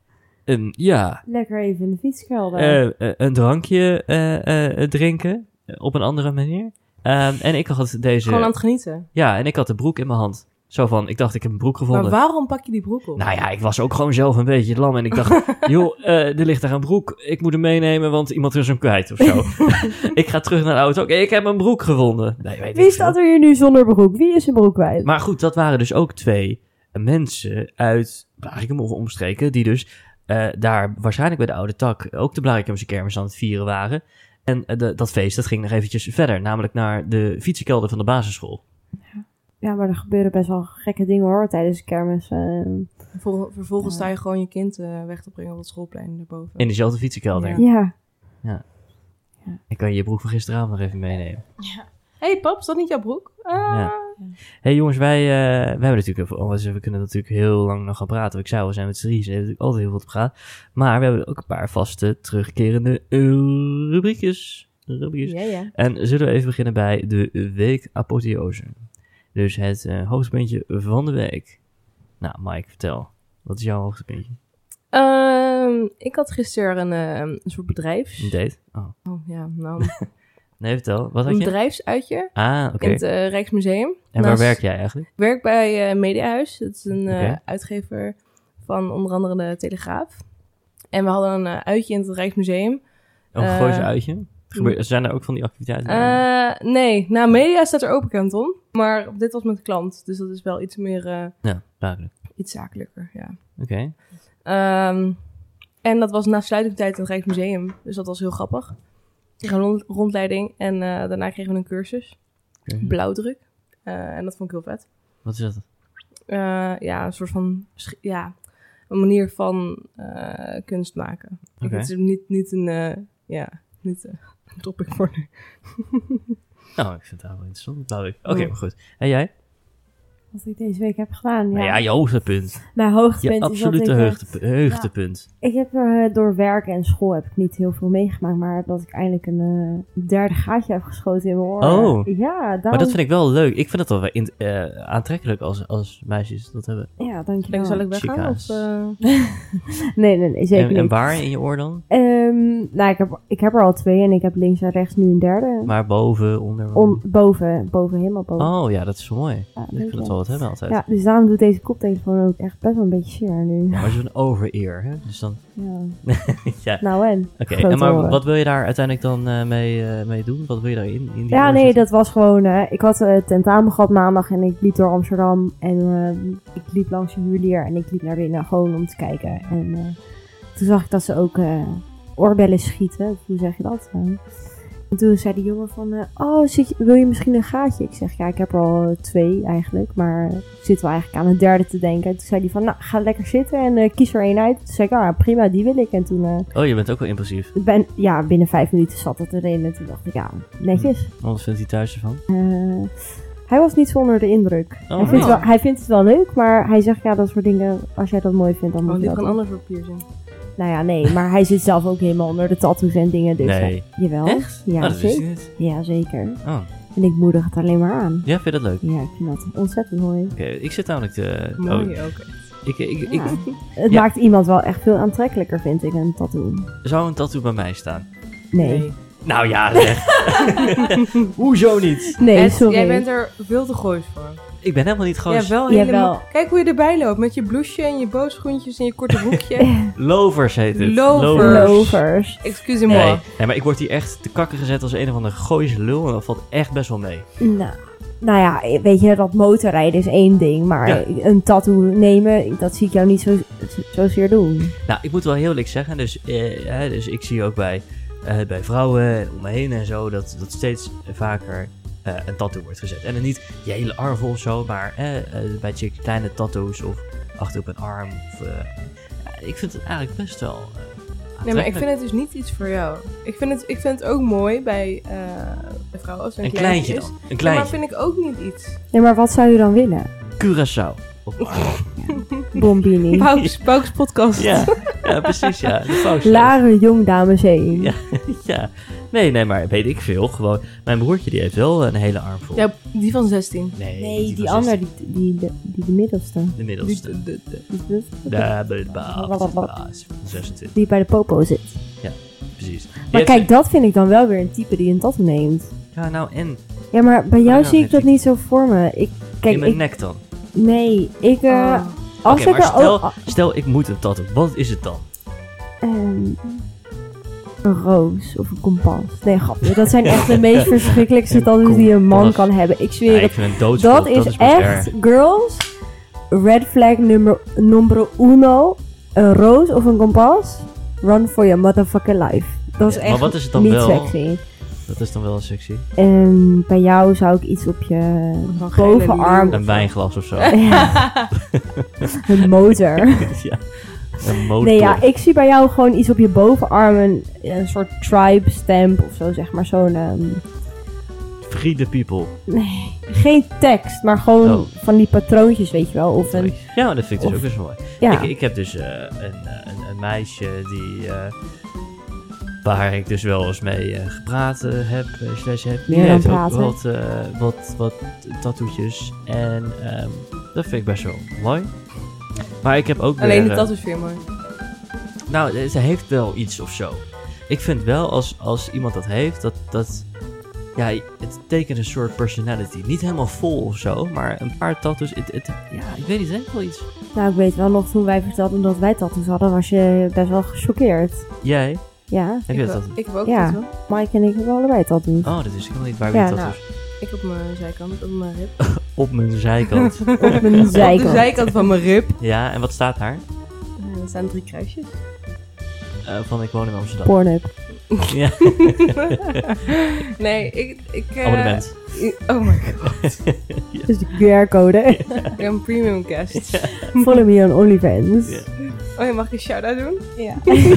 Ja, Lekker even in de fietskelder. een drankje drinken op een andere manier. En ik had deze... Gewoon aan het genieten. Ja, en ik had de broek in mijn hand. Zo van, ik dacht, ik heb een broek gevonden. Maar waarom pak je die broek op? Nou ja, ik was ook gewoon zelf een beetje lam. En ik dacht, joh, er ligt daar een broek. Ik moet hem meenemen, want iemand is hem kwijt of zo. Ik ga terug naar de auto. Oké, ik heb een broek gevonden. Nee, weet Wie ik staat veel. er hier nu zonder broek? Wie is zijn broek kwijt? Maar goed, dat waren dus ook 2 mensen uit Blaricum of omstreken. Die dus daar waarschijnlijk bij de Oude Tak ook de Blaricumse kermis aan het vieren waren. En dat feest, dat ging nog eventjes verder. Namelijk naar de fietsenkelder van de basisschool. Ja, maar er gebeuren best wel gekke dingen hoor tijdens de kermis. Vervolgens sta je gewoon je kind weg te brengen op het schoolplein daarboven. In dezelfde fietsenkelder. Ja. Ja. Ik kan je broek van gisteravond nog even meenemen. Hey pap, is dat niet jouw broek? Ja. Hey jongens, wij hebben natuurlijk... We kunnen natuurlijk heel lang nog gaan praten. Ik zei al, we zijn met z'n drieën. We hebben natuurlijk altijd heel veel te praten. Maar we hebben ook een paar vaste, terugkerende rubriekjes. Ja. En zullen we even beginnen bij de week apotheose. Dus het hoogtepuntje van de week. Nou, Mike, vertel. Wat is jouw hoogtepuntje? Ik had gisteren een soort bedrijfs... Een date? Oh. Oh ja, nou... Nee, vertel. Wat had een je? bedrijfsuitje Ah, oké. in het Rijksmuseum. En waar werk jij eigenlijk? Ik werk bij Mediahuis. Dat is een Oké. uitgever van onder andere de Telegraaf. En we hadden een uitje in het Rijksmuseum. Een Gooise uitje? Zijn er ook van die activiteiten? Nee, nou Media staat er open, Kenton. Maar dit was met de klant. Dus dat is wel iets meer... Ja, duidelijk. iets zakelijker, ja. Oké. En dat was na sluitingstijd in het Rijksmuseum. Dus dat was heel grappig. Ik kreeg een rondleiding en daarna kregen we een cursus. Blauwdruk. En dat vond ik heel vet. Wat is dat? Ja, een soort van... een manier van kunst maken. Oké. Het is niet een... niet een topic voor nu. Nou, ik vind het wel interessant. Blauwdruk. Oké, maar goed. En jij? Wat ik deze week heb gedaan. Nou ja, je hoogtepunt. Mijn hoogtepunt Je is dat absolute ik... hoogtepunt. Ik heb door werk en school heb ik niet heel veel meegemaakt, maar dat ik eindelijk een derde gaatje heb geschoten in mijn oor. Oh. Ja, daarom... Maar dat vind ik wel leuk. Ik vind het wel aantrekkelijk als meisjes dat hebben. Ja, dankjewel. Zal ik weggaan? Of, Nee, zeker niet. En waar in je oor dan? Nou, ik heb er al 2 en ik heb links en rechts nu een derde. Maar boven, onder? Boven, helemaal boven. Oh ja, dat is mooi. Ja, Ik vind het wel wat hebben altijd. Ja, dus daarom doet deze koptelefoon ook echt best wel een beetje zeer nu. Ja, maar zo'n over-ear, hè? Dus dan... Ja. ja. Nou en? Oké, Grote en maar oren. wat wil je daar uiteindelijk dan mee doen? Wat wil je daarin? In die Ja, oor nee, zetten? dat was gewoon... ik had tentamen gehad maandag en ik liep door Amsterdam. En ik liep langs de juwelier en ik liep naar binnen gewoon om te kijken. En toen zag ik dat ze ook oorbellen schieten. Hoe zeg je dat? En toen zei die jongen van... wil je misschien een gaatje? Ik zeg, ja, ik heb er al 2 eigenlijk. Maar ik zit wel eigenlijk aan een derde te denken. En toen zei hij van, nou, ga lekker zitten en kies er 1 uit. Toen zei ik, prima, die wil ik. En toen... Oh, je bent ook wel impulsief. binnen 5 minuten zat het erin. En toen dacht ik, ja, netjes. Wat vindt hij thuis ervan? Hij was niet zo onder de indruk. Oh, Hij vindt het wel leuk, maar hij zegt, ja, dat soort dingen, als jij dat mooi vindt, dan moet je die dat kan doen. anders voor piercing. Nou ja, nee, maar hij zit zelf ook helemaal onder de tattoos en dingen. Dus Nee. Jawel. Echt? Ja, dat wist ik zeker. niet. Ja, zeker. Oh. En ik moedig het alleen maar aan. Ja, vind je dat leuk? Ja, ik vind dat ontzettend mooi. Oké, ik zit namelijk te... Mooi ook. Ik Het Ja. maakt iemand wel echt veel aantrekkelijker, vind ik, een tattoo. zou een tattoo bij mij staan. Nee. Nou ja, zeg. Hoezo niet? Nee, Ed, sorry. jij bent er veel te goois voor. Ik ben helemaal niet gewoon Ja, wel Jawel. helemaal... Kijk hoe je erbij loopt. Met je blouseje en je bootschoentjes en je korte broekje. lovers heet het. Lovers. Lovers. Excusez-moi. Nee, maar ik word hier echt te kakken gezet als een of andere gooise lul. En dat valt echt best wel mee. Nou ja, weet je, dat motorrijden is 1 ding. Maar Ja. een tattoo nemen, dat zie ik jou niet zozeer doen. Nou, ik moet wel heel eerlijk zeggen. Dus ik zie ook bij vrouwen en om me heen en zo. Dat steeds vaker een tattoo wordt gezet. En dan niet je hele arm vol of zo. Maar bij chicks kleine tattoos of achter op een arm. Of, ik vind het eigenlijk best wel... Nee, maar ik vind het dus niet iets voor jou. Ik vind het ook mooi bij vrouwen als er een een kleintje is. dan. Een Ja, kleintje. maar vind ik ook niet iets. Nee, maar wat zou je dan willen? Curaçao. Op mijn arm. Bombini. Pauks podcast. ja, precies, ja. De paus. Laren Jong Dames heen. Ja, ja. Nee, maar weet ik veel. Gewoon, mijn broertje die heeft wel een hele arm vol. Ja, die van 16. Nee, die van andere, de middelste. De middelste. De baas. 26. Die bij de popo zit. Precies. Maar kijk, dat vind ik dan wel weer een type die een tattoo neemt. Ja, nou en? Ja, maar bij jou nou, zie ik heeft dat hij- niet zo voor me. In mijn nek dan? Nee, ik... als Oké, ik maar er ook... stel ik moet een tattoo. Wat is het dan? Een roos of een kompas. Nee, grapje. Dat zijn echt de meest verschrikkelijkste tattoos die een man kompas. kan hebben. Ik zweer Ja, het. ik vind een doodspook. Dat is pas echt, erg. girls, red flag numero uno. Een roos of een kompas. Run for your motherfucking life. Dat is Ja, echt maar wat is het dan niet wel? sexy. Dat is dan wel sexy. En bij jou zou ik iets op je Zo'n gele bovenarm... Een wijnglas of zo. Ja. Een motor. Ja. Een motor. Nee, ja, ik zie bij jou gewoon iets op je bovenarm. Een soort tribe stamp of zo, zeg maar. Zo'n... Free the people. Nee, geen tekst, maar gewoon Oh. van die patroontjes, weet je wel. Of een... Ja, dat vind ik dus Of- ook best wel mooi. Ja. Ik heb dus een meisje die... waar ik dus wel eens mee gepraat heb, slash heb. Die Meer dan heeft ook praten. wat tattoetjes. En dat vind ik best wel mooi. Maar ik heb ook Alleen weer, de tattoos vind je mooi. Nou, ze heeft wel iets of zo. Ik vind wel, als iemand dat heeft, dat ja, het tekent een soort personality. Niet helemaal vol of zo, maar een paar tattoos. Ja, ik weet niet, het heeft wel iets. Nou, ik weet wel nog, toen wij vertelden dat wij tattoos hadden, was je best wel gechoqueerd. Jij? Ja, Heb je Ik dat wel- tattoo? Ik heb ook Ja. tattoo. Mike en ik hebben allebei tattoos. Oh, dat is helemaal niet waar Ja, wie nou. tattoos. Ik op mijn zijkant, op mijn rib. Op mijn zijkant. Op mijn Op de zijkant. zijkant van mijn rib. Ja, en wat staat daar? Er staan 3 kruisjes. Van ik woon in Amsterdam. Pornhub. Ja, Nee, ik abonnement. Oh my god. Dus de QR-code. Ik heb een premium guest. Follow me on OnlyFans. Ja. Oh ja, mag ik een shout-out doen? Ja.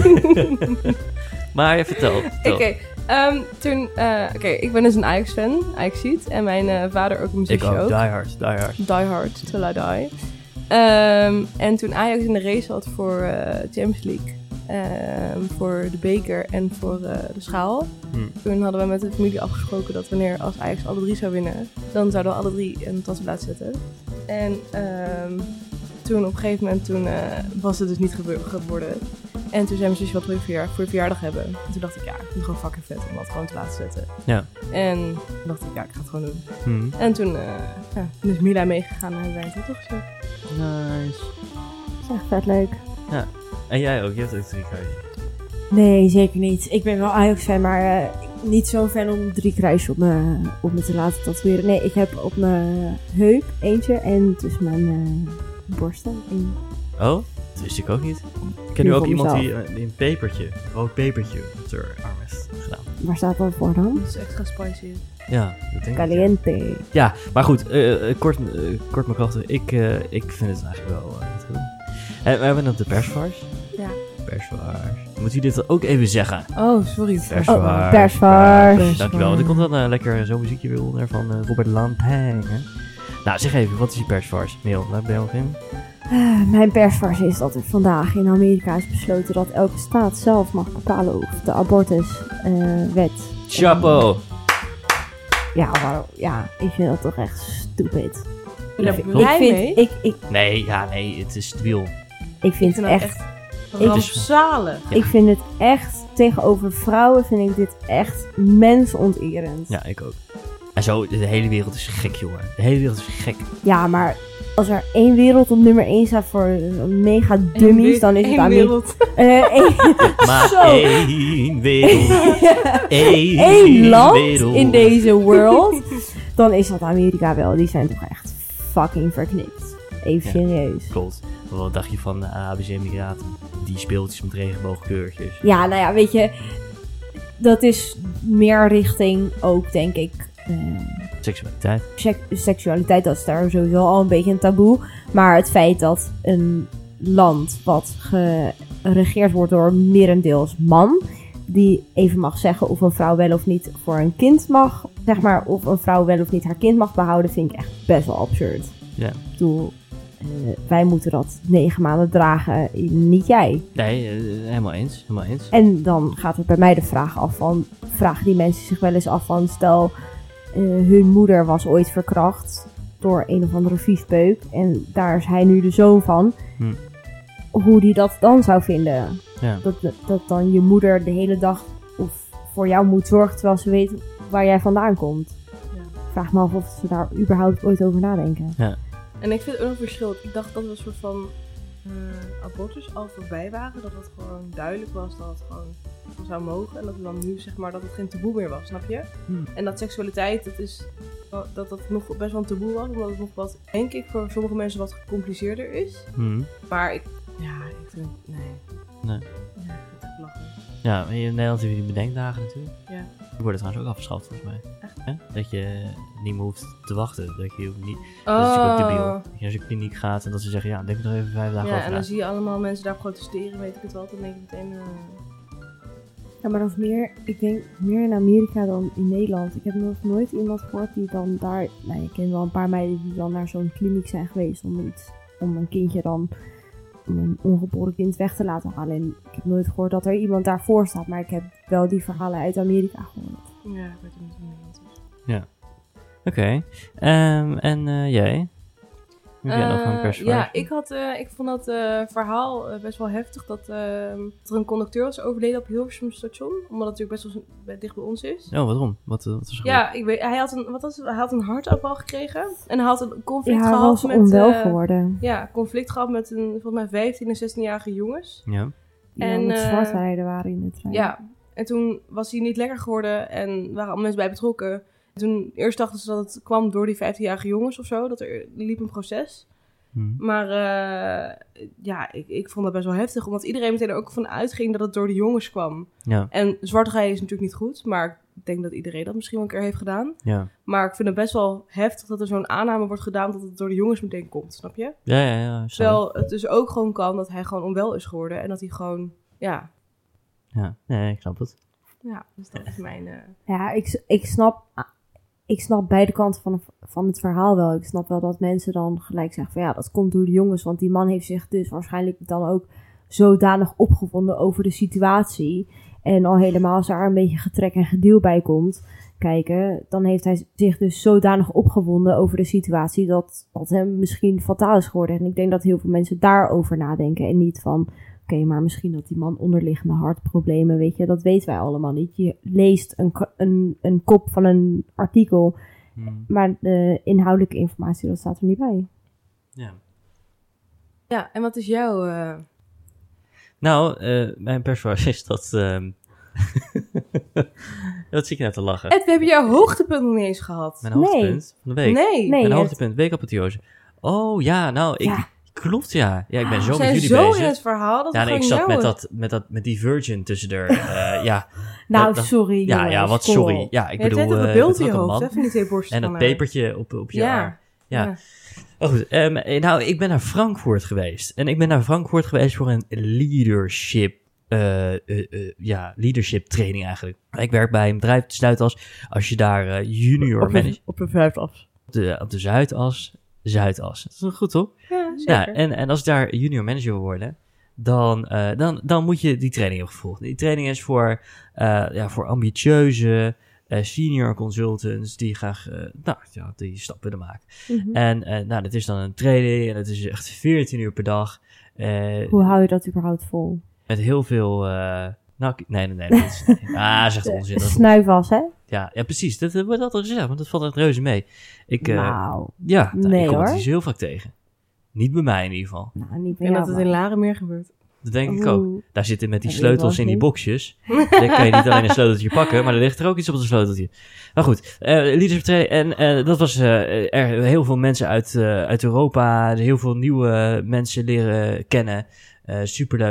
Maar je vertel. Oké, toen... ik ben dus een Ajax-fan, Ajax-ziet. En mijn vader ook, mijn Ik zusje ook. ook. Die hard, die hard. Die hard, till I die. En toen Ajax in de race had voor Champions League... voor de beker en voor de schaal. Toen hadden we met de familie afgesproken dat wanneer als Ajax alle 3 zou winnen, dan zouden we alle 3 een tattoo laten zetten. En toen op een gegeven moment was het dus niet geworden. En toen zei mijn zusje, wat wil je voor je verjaardag hebben? En toen dacht ik, ja, ik vind het gewoon fucking vet om dat gewoon te laten zetten. Ja. En toen dacht ik, ja, ik ga het gewoon doen. Hmm. En toen is Mila meegegaan en hebben wij een tattoo gezet. Nice. Dat is echt vet leuk. En jij ook, je hebt ook 3 kruisjes. Nee, zeker niet. Ik ben wel Ajax-fan, maar niet zo'n fan om 3 kruisjes op me te laten tatoeëren. Nee, ik heb op mijn heup eentje en tussen mijn borsten één. Oh, dat wist ik ook niet. Ik ken Nu nu ook voor iemand mezelf. die een pepertje, een rood pepertje op haar arm heeft gedaan. Waar staat dat voor dan? Dat is extra spicy. Ja, dat denk ik. Caliente. Ja, maar goed, kort mijn krachten. Ik vind het eigenlijk wel niet goed. We hebben nog de persvars. Ja. Persvars. Moet je dit ook even zeggen? Oh, sorry. Persvars. persvars. Dankjewel. Want er komt dan lekker zo'n muziekje weer onder van Robert Lantang. Nou, zeg even, wat is die persvars? Merel, daar ben je nog in? Mijn persvars is dat er vandaag in Amerika is besloten dat elke staat zelf mag bepalen of de abortuswet. Chapeau! Ja, ik vind dat toch echt stupid. Ben je Ik daar blij mee? vind, Nee, het is het wiel. ik vind dat echt, rampzalig. Ja. ik vind het echt, tegenover vrouwen vind ik dit echt mensonterend. Ja, ik ook. En zo, de hele wereld is gek, jongen. De hele wereld is gek. Ja, maar als er één wereld op nummer 1 staat voor mega dummies, dan is het Amerika. wereld. Maar Zo. één wereld. Eén land wereld. in deze world, dan is dat Amerika wel. Die zijn toch echt fucking verknipt. Even Ja. serieus. Klopt. Wat dacht je van de Arabische Emiraten? Die speeltjes met regenboogkleurtjes. Ja, nou ja, weet je, dat is meer richting ook, denk ik, Seksualiteit. seksualiteit. Dat is daar sowieso al een beetje een taboe. Maar het feit dat een land wat geregeerd wordt door merendeels man, die even mag zeggen of een vrouw wel of niet voor een kind mag, zeg maar, of een vrouw wel of niet haar kind mag behouden, vind ik echt best wel absurd. Ja. Ik bedoel, wij moeten dat 9 maanden dragen, niet jij. Nee, helemaal eens. En dan gaat er bij mij de vraag af van, vragen die mensen zich wel eens af van, stel, hun moeder was ooit verkracht door een of andere viespeuk en daar is hij nu de zoon van. Hoe die dat dan zou vinden. Ja. Dat dan je moeder de hele dag of voor jou moet zorgen terwijl ze weet waar jij vandaan komt. Ja. Vraag me af of ze daar überhaupt ooit over nadenken. Ja. En ik vind het ook een verschil. Ik dacht dat we een soort van abortus al voorbij waren. Dat het gewoon duidelijk was dat het gewoon zou mogen. En dat we dan nu zeg maar dat het geen taboe meer was, snap je? En dat seksualiteit, dat nog best wel een taboe was. Omdat het nog wat, denk ik, voor sommige mensen wat gecompliceerder is. Maar ik vind, nee. Ja, ik vind het echt lachen. Ja, in Nederland heb je die bedenkdagen natuurlijk. Ja. Die worden trouwens ook afgeschaft volgens mij. Echt? Dat je niet meer hoeft te wachten. Dat je hoeft niet... Dat is natuurlijk ook debiel. Dat je als je kliniek gaat en dat ze zeggen, ja, denk er nog even 5 dagen over Ja, en na. dan zie je allemaal mensen daar protesteren, weet ik het wel. Dan denk ik meteen... Ja, maar dat is meer, ik denk, meer in Amerika dan in Nederland. Ik heb nog nooit iemand gehoord die dan daar... Nou, je kent wel een paar meiden die dan naar zo'n kliniek zijn geweest om een kindje dan... om een ongeboren kind weg te laten halen. En ik heb nooit gehoord dat er iemand daarvoor staat. Maar ik heb wel die verhalen uit Amerika gehoord. Ja, ik weet het niet hoe Nederland is. Ja. Oké. En jij? Heb jij nog een persverhaal? Ja, ik vond dat verhaal best wel heftig dat er een conducteur was overleden op Hilversum station. Omdat het natuurlijk best wel dicht bij ons is. Oh, waarom? Wat is er gebeurd? Ja, ik weet, hij had een hartaanval gekregen. En hij had een conflict Ja, hij gehad was met... onwel geworden. Ja, conflict gehad met volgens mij 15 en 16-jarige jongens. Ja. Die En, aan het zwartrijden waren in de trein. Ja, en toen was hij niet lekker geworden en waren allemaal mensen bij betrokken. Toen eerst dachten ze dat het kwam door die 15-jarige jongens of zo. Dat er liep een proces. Maar ik vond dat best wel heftig. Omdat iedereen meteen er ook van uitging dat het door de jongens kwam. Ja. En zwart rijden is natuurlijk niet goed. Maar ik denk dat iedereen dat misschien wel een keer heeft gedaan. Ja. Maar ik vind het best wel heftig dat er zo'n aanname wordt gedaan dat het door de jongens meteen komt. Snap je? Ja. Terwijl het dus ook gewoon kan dat hij gewoon onwel is geworden. En dat hij gewoon, ja. Ja, nee, ik snap het. Ja, dus dat is mijn... Ja, ik snap beide kanten van het verhaal wel. Ik snap wel dat mensen dan gelijk zeggen van ja, dat komt door de jongens. Want die man heeft zich dus waarschijnlijk dan ook zodanig opgewonden over de situatie. En al helemaal als daar een beetje getrek en gedeel bij komt kijken, dan heeft hij zich dus zodanig opgewonden over de situatie dat hem misschien fataal is geworden. En ik denk dat heel veel mensen daarover nadenken en niet van oké, maar misschien dat die man onderliggende hartproblemen, weet je, dat weten wij allemaal niet. Je leest een kop van een artikel, maar de inhoudelijke informatie, dat staat er niet bij. Ja. Ja, en wat is jouw... Nou, mijn persverhaal is dat... Wat zit je nou te lachen? Ed, we hebben jouw hoogtepunt nog niet eens gehad. Mijn hoogtepunt van de week? Nee. Mijn hoogtepunt, weekapotheose. Oh ja, nou, klopt ja. Ja, ik ben zo met jullie zo bezig. in het verhaal. Dat Ja, nee, ik jou zat met die Virgin tussen er. Ja. Nou, dat, sorry. Ja, jongens, wat kom sorry. op. Ja, ik je bedoel... hebt net dat beeld in je een hoofd, man. hè, van die twee borsten En dat van haar. pepertje op je arm. Ja. Ja. Oh, goed. Nou, ik ben naar Frankfurt geweest. En ik ben naar Frankfurt geweest voor een leadership training eigenlijk. Ik werk bij een bedrijf op de Zuidas. Als je daar junior manager... Op de Zuidas. Op de Zuidas. Dat is wel goed, toch? Ja, zeker. Ja, en als ik daar junior manager wil worden, dan moet je die training hebben gevolgd. Die training is voor ambitieuze senior consultants die graag die stap willen maken. En dat is dan een training en het is echt 14 uur per dag. Hoe hou je dat überhaupt vol? Met heel veel... nee. Zegt onzin. Snuifwas, hè? Ja, precies. Dat wordt altijd gezegd, want dat valt echt reuze mee. Ik kom het hier heel vaak tegen. Niet bij mij in ieder geval. Nou, niet bij En jou, dat het in Laren meer gebeurt. Dat denk ik ook. Daar zitten met die Dat sleutels in die boxjes. Dan kan je niet alleen een sleuteltje pakken, maar er ligt er ook iets op het sleuteltje. Maar goed, leadership training. En dat was heel veel mensen uit Europa. Heel veel nieuwe mensen leren kennen. Superleuk.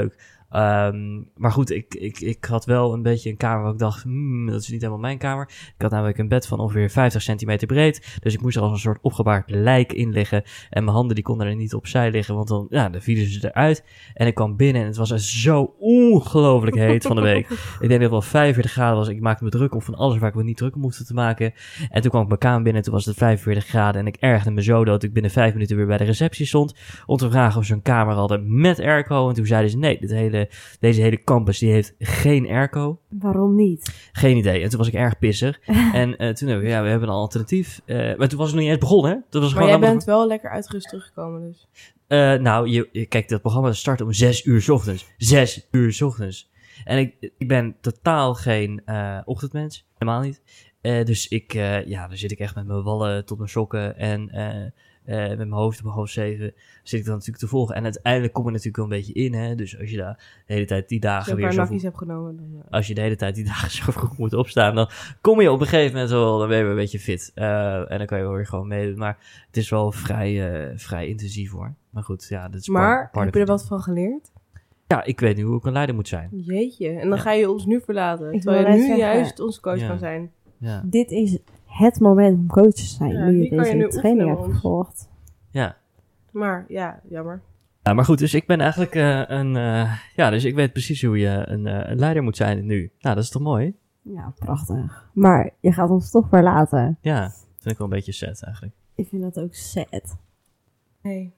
Maar goed, ik had wel een beetje een kamer waar ik dacht, dat is niet helemaal mijn kamer. Ik had namelijk een bed van ongeveer 50 centimeter breed. Dus ik moest er als een soort opgebaard lijk in liggen. En mijn handen die konden er niet opzij liggen, want dan vielen ze eruit. En ik kwam binnen en het was zo ongelooflijk heet van de week. Ik denk dat het wel 45 graden was. Ik maakte me druk om van alles waar ik me niet druk om hoefde te maken. En toen kwam ik mijn kamer binnen en toen was het 45 graden. En ik ergerde me zo dat ik binnen 5 minuten weer bij de receptie stond. Om te vragen of ze een kamer hadden met airco. En toen zeiden ze, nee, deze hele campus die heeft geen airco. Waarom niet? Geen idee. En toen was ik erg pissig. En toen we hebben een alternatief. Maar toen was het nog niet eens begonnen, hè? Dat was Maar gewoon jij bent wel lekker uitgerust teruggekomen, dus. Kijk, dat programma start om 6 uur 's ochtends. 6 uur 's ochtends. En ik ben totaal geen ochtendmens. Helemaal niet. Dus dan zit ik echt met mijn wallen tot mijn sokken en met mijn hoofd om 6:30 zit ik dan natuurlijk te volgen. En uiteindelijk kom ik natuurlijk wel een beetje in, hè. Dus als je daar de hele tijd die dagen weer zo vroeg... hebt genomen, dan, Als je de hele tijd die dagen zo vroeg moet opstaan, dan kom je op een gegeven moment wel, dan ben je weer een beetje fit. En dan kan je wel weer gewoon meedoen. Maar het is wel vrij intensief, hoor. Maar goed, ja, dat is Maar, part heb je er wat van geleerd? Ja, ik weet nu hoe ik een leider moet zijn. Jeetje, en dan Ja. ga je ons nu verlaten. Ik Terwijl wil je net nu zeggen, juist onze coach Ja. kan zijn. Ja. Dit is het moment om coach te zijn. Ja, nu hier je kan je nu deze training oefenen hebt met ons. gevolgd. Ja. Maar, ja, jammer. Ja, maar goed, dus ik ben eigenlijk dus ik weet precies hoe je een leider moet zijn nu. Nou, dat is toch mooi? Ja, prachtig. Maar je gaat ons toch verlaten. Ja, vind ik wel een beetje sad eigenlijk. Ik vind dat ook sad. Nee.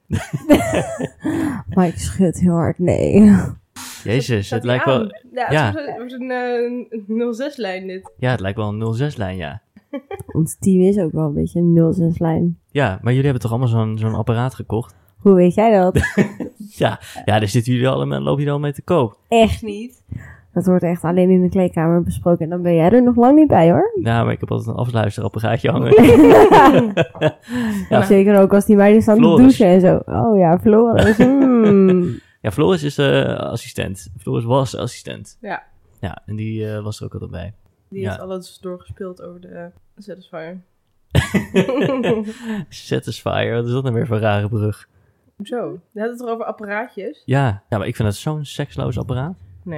Maar ik schud heel hard nee. Jezus, Staat het lijkt die wel... aan? Ja, Ja. het wordt een 06-lijn dit. Ja, het lijkt wel een 06-lijn, ja. Ons team is ook wel een beetje een 06-lijn. Ja, maar jullie hebben toch allemaal zo'n apparaat gekocht? Hoe weet jij dat? Ja, daar zitten jullie allemaal, lopen jullie al mee te koop. Echt niet. Dat wordt echt alleen in de kleedkamer besproken. En dan ben jij er nog lang niet bij, hoor. Ja, maar ik heb altijd een afluisterapparaatje hangen. Ja. Zeker ook als die meiden staan te Floris. douchen en zo. Oh ja, Floris. Ja, Floris is assistent. Floris was assistent. Ja. Ja, en die was er ook altijd bij. Die Ja. heeft alles doorgespeeld over de Satisfyer. Satisfyer, wat is dat nou weer voor een rare brug? Zo, je had het er over apparaatjes? Ja, maar ik vind dat zo'n seksloos apparaat.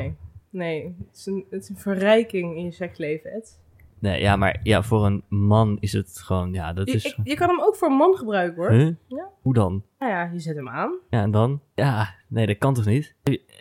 Nee. Het is een verrijking in je seksleven, Ed. Nee, ja, maar ja, voor een man is het gewoon, ja, dat is... Je kan hem ook voor een man gebruiken, hoor. Huh? Ja. Hoe dan? Nou ja, je zet hem aan. Ja, en dan? Ja, nee, dat kan toch niet?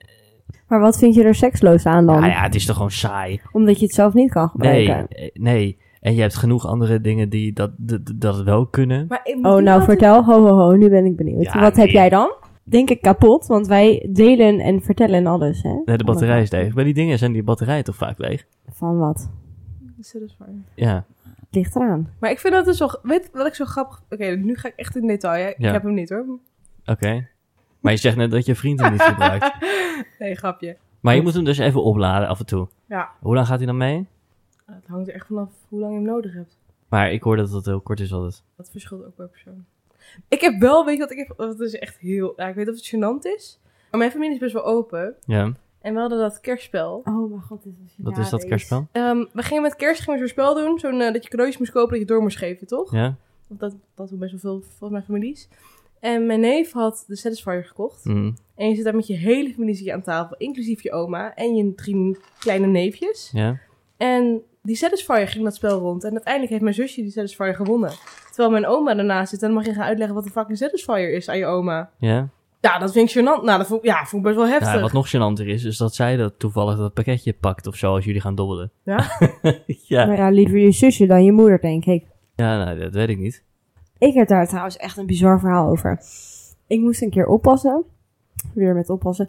Maar wat vind je er seksloos aan dan? Ja, het is toch gewoon saai? Omdat je het zelf niet kan gebruiken. Nee. En je hebt genoeg andere dingen die dat wel kunnen. Maar ik moet Oh, niet nou altijd- vertel. Ho, nu ben ik benieuwd. Ja, Wat heb nee. jij dan? Denk ik kapot, want wij delen en vertellen alles, hè? Nee, de batterij is leeg. Bij die dingen zijn die batterijen toch vaak leeg? Van wat? De Satisfyer. Ja. Het ligt eraan. Maar ik vind dat dus zo... Weet wat ik zo grappig... Oké, nu ga ik echt in detail, hè. Ik Ja. heb hem niet, hoor. Oké. Maar je zegt net dat je vriend hem niet gebruikt. Nee, grapje. Maar je moet hem dus even opladen af en toe. Ja. Hoe lang gaat hij dan mee? Het hangt er echt vanaf hoe lang je hem nodig hebt. Maar ik hoor dat het heel kort is altijd. Dat verschilt ook per persoon. Ik heb wel, weet je wat ik heb... Dat is echt heel... Ja, ik weet of het gênant is. Maar mijn familie is best wel open. Ja. En we hadden dat kerstspel. Oh mijn god, dit is Wat is dat kerstspel? We gingen met kerst zo'n spel doen. Zo'n dat je cadeautjes moest kopen dat je door moest geven, toch? Ja? Dat doen best wel veel volgens mijn families. En mijn neef had de Satisfyer gekocht. Mm. En je zit daar met je hele familie zit je aan tafel. Inclusief je oma en je 3 kleine neefjes. Ja? En die Satisfyer ging dat spel rond. En uiteindelijk heeft mijn zusje die Satisfyer gewonnen. Terwijl mijn oma ernaast zit. En dan mag je gaan uitleggen wat de fucking Satisfyer is aan je oma. Ja? Ja, dat vind ik gênant. Nou, dat vond ik best wel heftig. Ja, wat nog gênanter is dat zij dat toevallig dat pakketje pakt of zo als jullie gaan dobbelen. Ja? Ja. Nou ja, liever je zusje dan je moeder, denk ik. Ja, nou, dat weet ik niet. Ik heb daar trouwens echt een bizar verhaal over. Ik moest een keer oppassen. Weer met oppassen.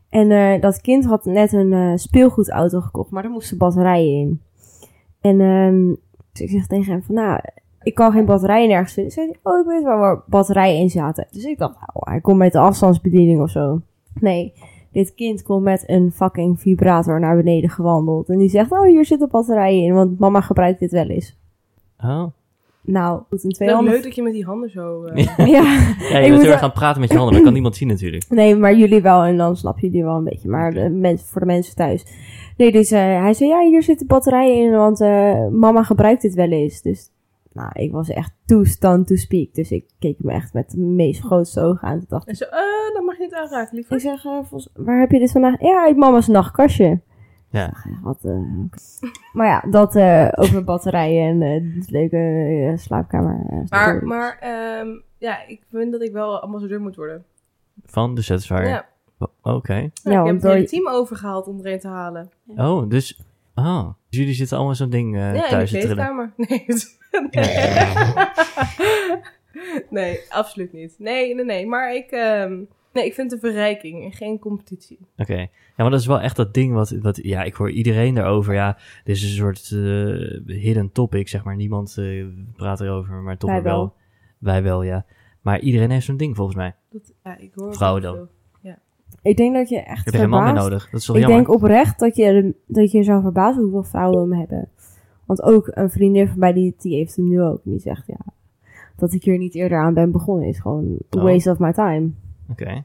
En dat kind had net een speelgoedauto gekocht, maar daar moesten batterijen in. En dus ik zeg tegen hem van, nou, ik kan geen batterijen nergens vinden. Zei hij, oh, ik weet waar batterijen in zaten. Dus ik dacht, nou, hij komt met de afstandsbediening of zo. Nee, dit kind komt met een fucking vibrator naar beneden gewandeld. En die zegt, oh, hier zitten batterijen in, want mama gebruikt dit wel eens. Oh. Nou, goed, een twee Wel handen. leuk dat je met die handen zo... Ja, Ja, je Ik bent moet heel erg wel- gaan praten met je handen, maar dat kan niemand zien natuurlijk. nee, maar jullie wel en dan snap je jullie wel een beetje. Maar voor de mensen thuis. Nee, dus hij zei, ja, hier zitten batterijen in, want mama gebruikt dit wel eens. Dus Nou, ik was echt too stunned to speak. Dus ik keek hem echt met de meest grootste ogen aan. Toen dacht En ik, zo, dat mag je niet aanraken, lieverd. ik zeg, waar heb je dit vandaag? Ja, uit mama's nachtkastje. Ja. Wat, oké. Maar ja, dat over batterijen en het leuke slaapkamer. Maar ja, ik vind dat ik wel ambassadeur moet worden. Van de Satisfyer? Ja. Oké. Ja, Ja, ik heb want het hele door- team overgehaald om er een te halen. Oh, dus jullie zitten allemaal zo'n ding Ja, thuis in te de trillen. kleedkamer. Nee, absoluut niet. Nee. Maar ik vind het een verrijking en geen competitie. Oké. Ja, maar dat is wel echt dat ding wat ja, ik hoor iedereen daarover. Ja, dit is een soort hidden topic, zeg maar. Niemand praat erover, maar toch Wij wel. Wij wel, ja. Maar iedereen heeft zo'n ding, volgens mij. Ik hoor Vrouwen ook dan. veel. Ik denk dat je echt Je hebt geen man meer verbaast. nodig. Dat is toch Ik jammer? denk oprecht dat je zou verbazen hoeveel vrouwen hem hebben. Want ook een vriendin van mij, die heeft hem nu ook. En die zegt, ja, dat ik hier niet eerder aan ben begonnen is gewoon a Oh. waste of my time. Oké.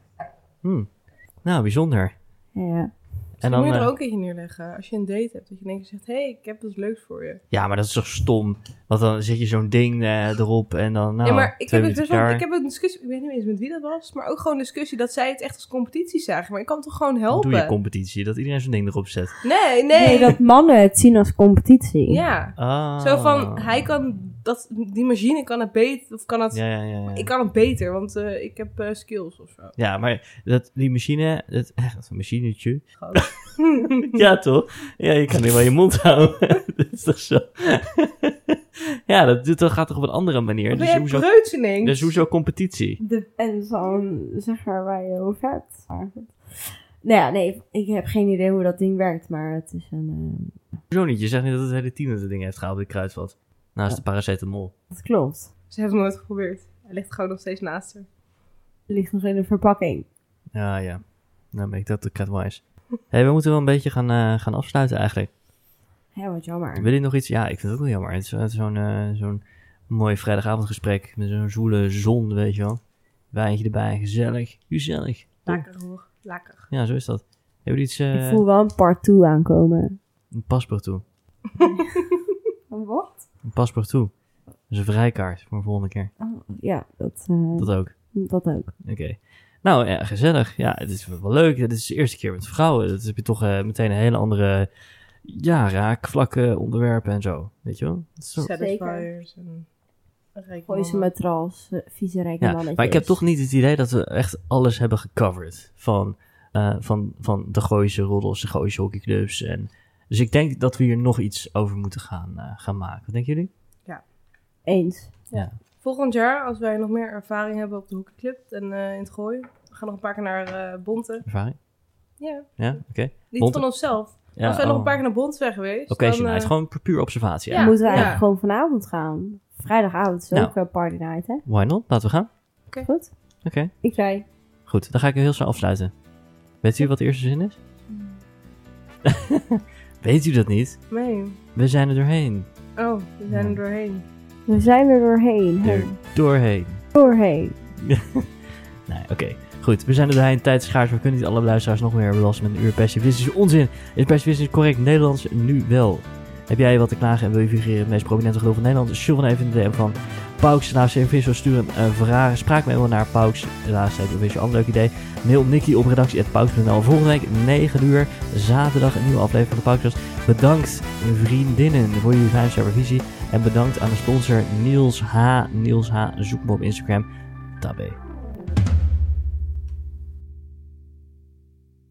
Nou, bijzonder. Ja. En Dan dan, moet je er ook een keertje neerleggen. Als je een date hebt, dat je in één keer zegt... Hé, ik heb iets leuks voor je. ja, maar dat is toch stom? Want dan zit je zo'n ding erop en dan, nou, ja, maar ik 2 heb, minuten best wel, klaar. ik heb een discussie... Ik weet niet eens met wie dat was. Maar ook gewoon een discussie dat zij het echt als competitie zagen. Maar ik kan toch gewoon Hoe helpen? doe je competitie? Dat iedereen zo'n ding erop zet. Nee. Nee, dat mannen het zien als competitie. Ja. Ah. Zo van, hij kan... Die machine kan het beter... Of kan het... Ja. Ik kan het beter, want ik heb skills of zo. Ja, maar die machine, echt een machinetje. Gewoon. Ja, toch? Ja, je kan niet wel je mond houden. Dat is toch zo? Ja, dat gaat toch op een andere manier. Wat ben Dus jij hoezo, preutsening? dus hoezo competitie? En zo'n, zeg maar, waar je over hebt. Maar goed. Nou ja, nee, ik heb geen idee hoe dat ding werkt, maar het is een... Hoezo niet? Je zegt niet dat het hele team dat ding heeft gehaald bij Kruidvat. Naast de paracetamol. Dat klopt. Ze hebben het nooit geprobeerd. Hij ligt gewoon nog steeds naast haar. Ligt nog in de verpakking. Ja. Nou, ben ik dat de catwise. Hey, we moeten wel een beetje gaan afsluiten eigenlijk. Ja, wat jammer. Wil je nog iets? Ja, ik vind het ook wel jammer. Het is zo'n mooi vrijdagavondgesprek met zo'n zwoele zon, weet je wel. Wijntje erbij, gezellig. Lekker hoor, lekker. Ja, zo is dat. Hebben we iets... Ik voel wel een part 2 aankomen. Een paspoort toe. Wat? Een paspoort toe. Dat is een vrijkaart voor een volgende keer. Oh, ja, dat Dat ook. ook. Oké. Nou, ja, gezellig. Ja, het is wel leuk. Het is de eerste keer met vrouwen. Dat heb je toch meteen een hele andere... Ja, raakvlakken, onderwerpen en zo. Weet je wel? Het is zo... Satisfiers en rijke Gooi ze mannen. met ras, vieze rijke Ja, mannetjes. maar ik heb toch niet het idee dat we echt alles hebben gecoverd. Van de Gooise roddels, de Gooise hockeyclubs. Dus ik denk dat we hier nog iets over moeten gaan maken. Wat denken jullie? Eens. Ja. Volgend jaar, als wij nog meer ervaring hebben op de hockeyclub en in het gooien. We gaan nog een paar keer naar Bonte. Ervaring? Ja, Ja, oké. niet Bonte? van onszelf. Ja, als wij nog oh. een paar keer naar Bonte zijn geweest. Oké, dan, night. Gewoon puur observatie. Ja. Ja. Moeten we eigenlijk Ja. gewoon vanavond gaan. Vrijdagavond is Nou. ook party night, hè? Why not? Laten we gaan. Goed? Oké. Ik rij. Goed, dan ga ik heel snel afsluiten. Weet u wat de eerste zin is? Weet u dat niet? Nee. We zijn er doorheen. Oh, we zijn Ja. er doorheen. We zijn er doorheen. Er doorheen. Doorheen. Nee, oké. Goed, we zijn er doorheen. Tijd is schaars. We kunnen niet alle luisteraars nog meer belasten met een uur pessimistische onzin. Is pessimistisch correct Nederlands? Nu wel. Heb jij wat te klagen en wil je figureren in het meest prominente geloof van Nederland? Stuur dan even in de DM van Pauks. Naast CVSO sturen vragen. Spraak me naar Pauks. Helaas heb je een ander leuk idee. Mail Nicky op redactie@pauks.nl. Volgende week 9 uur zaterdag een nieuwe aflevering van de Paukscast. Bedankt vriendinnen voor jullie 5-ster visie. En bedankt aan de sponsor Niels H. Zoek me op Instagram. Tabé.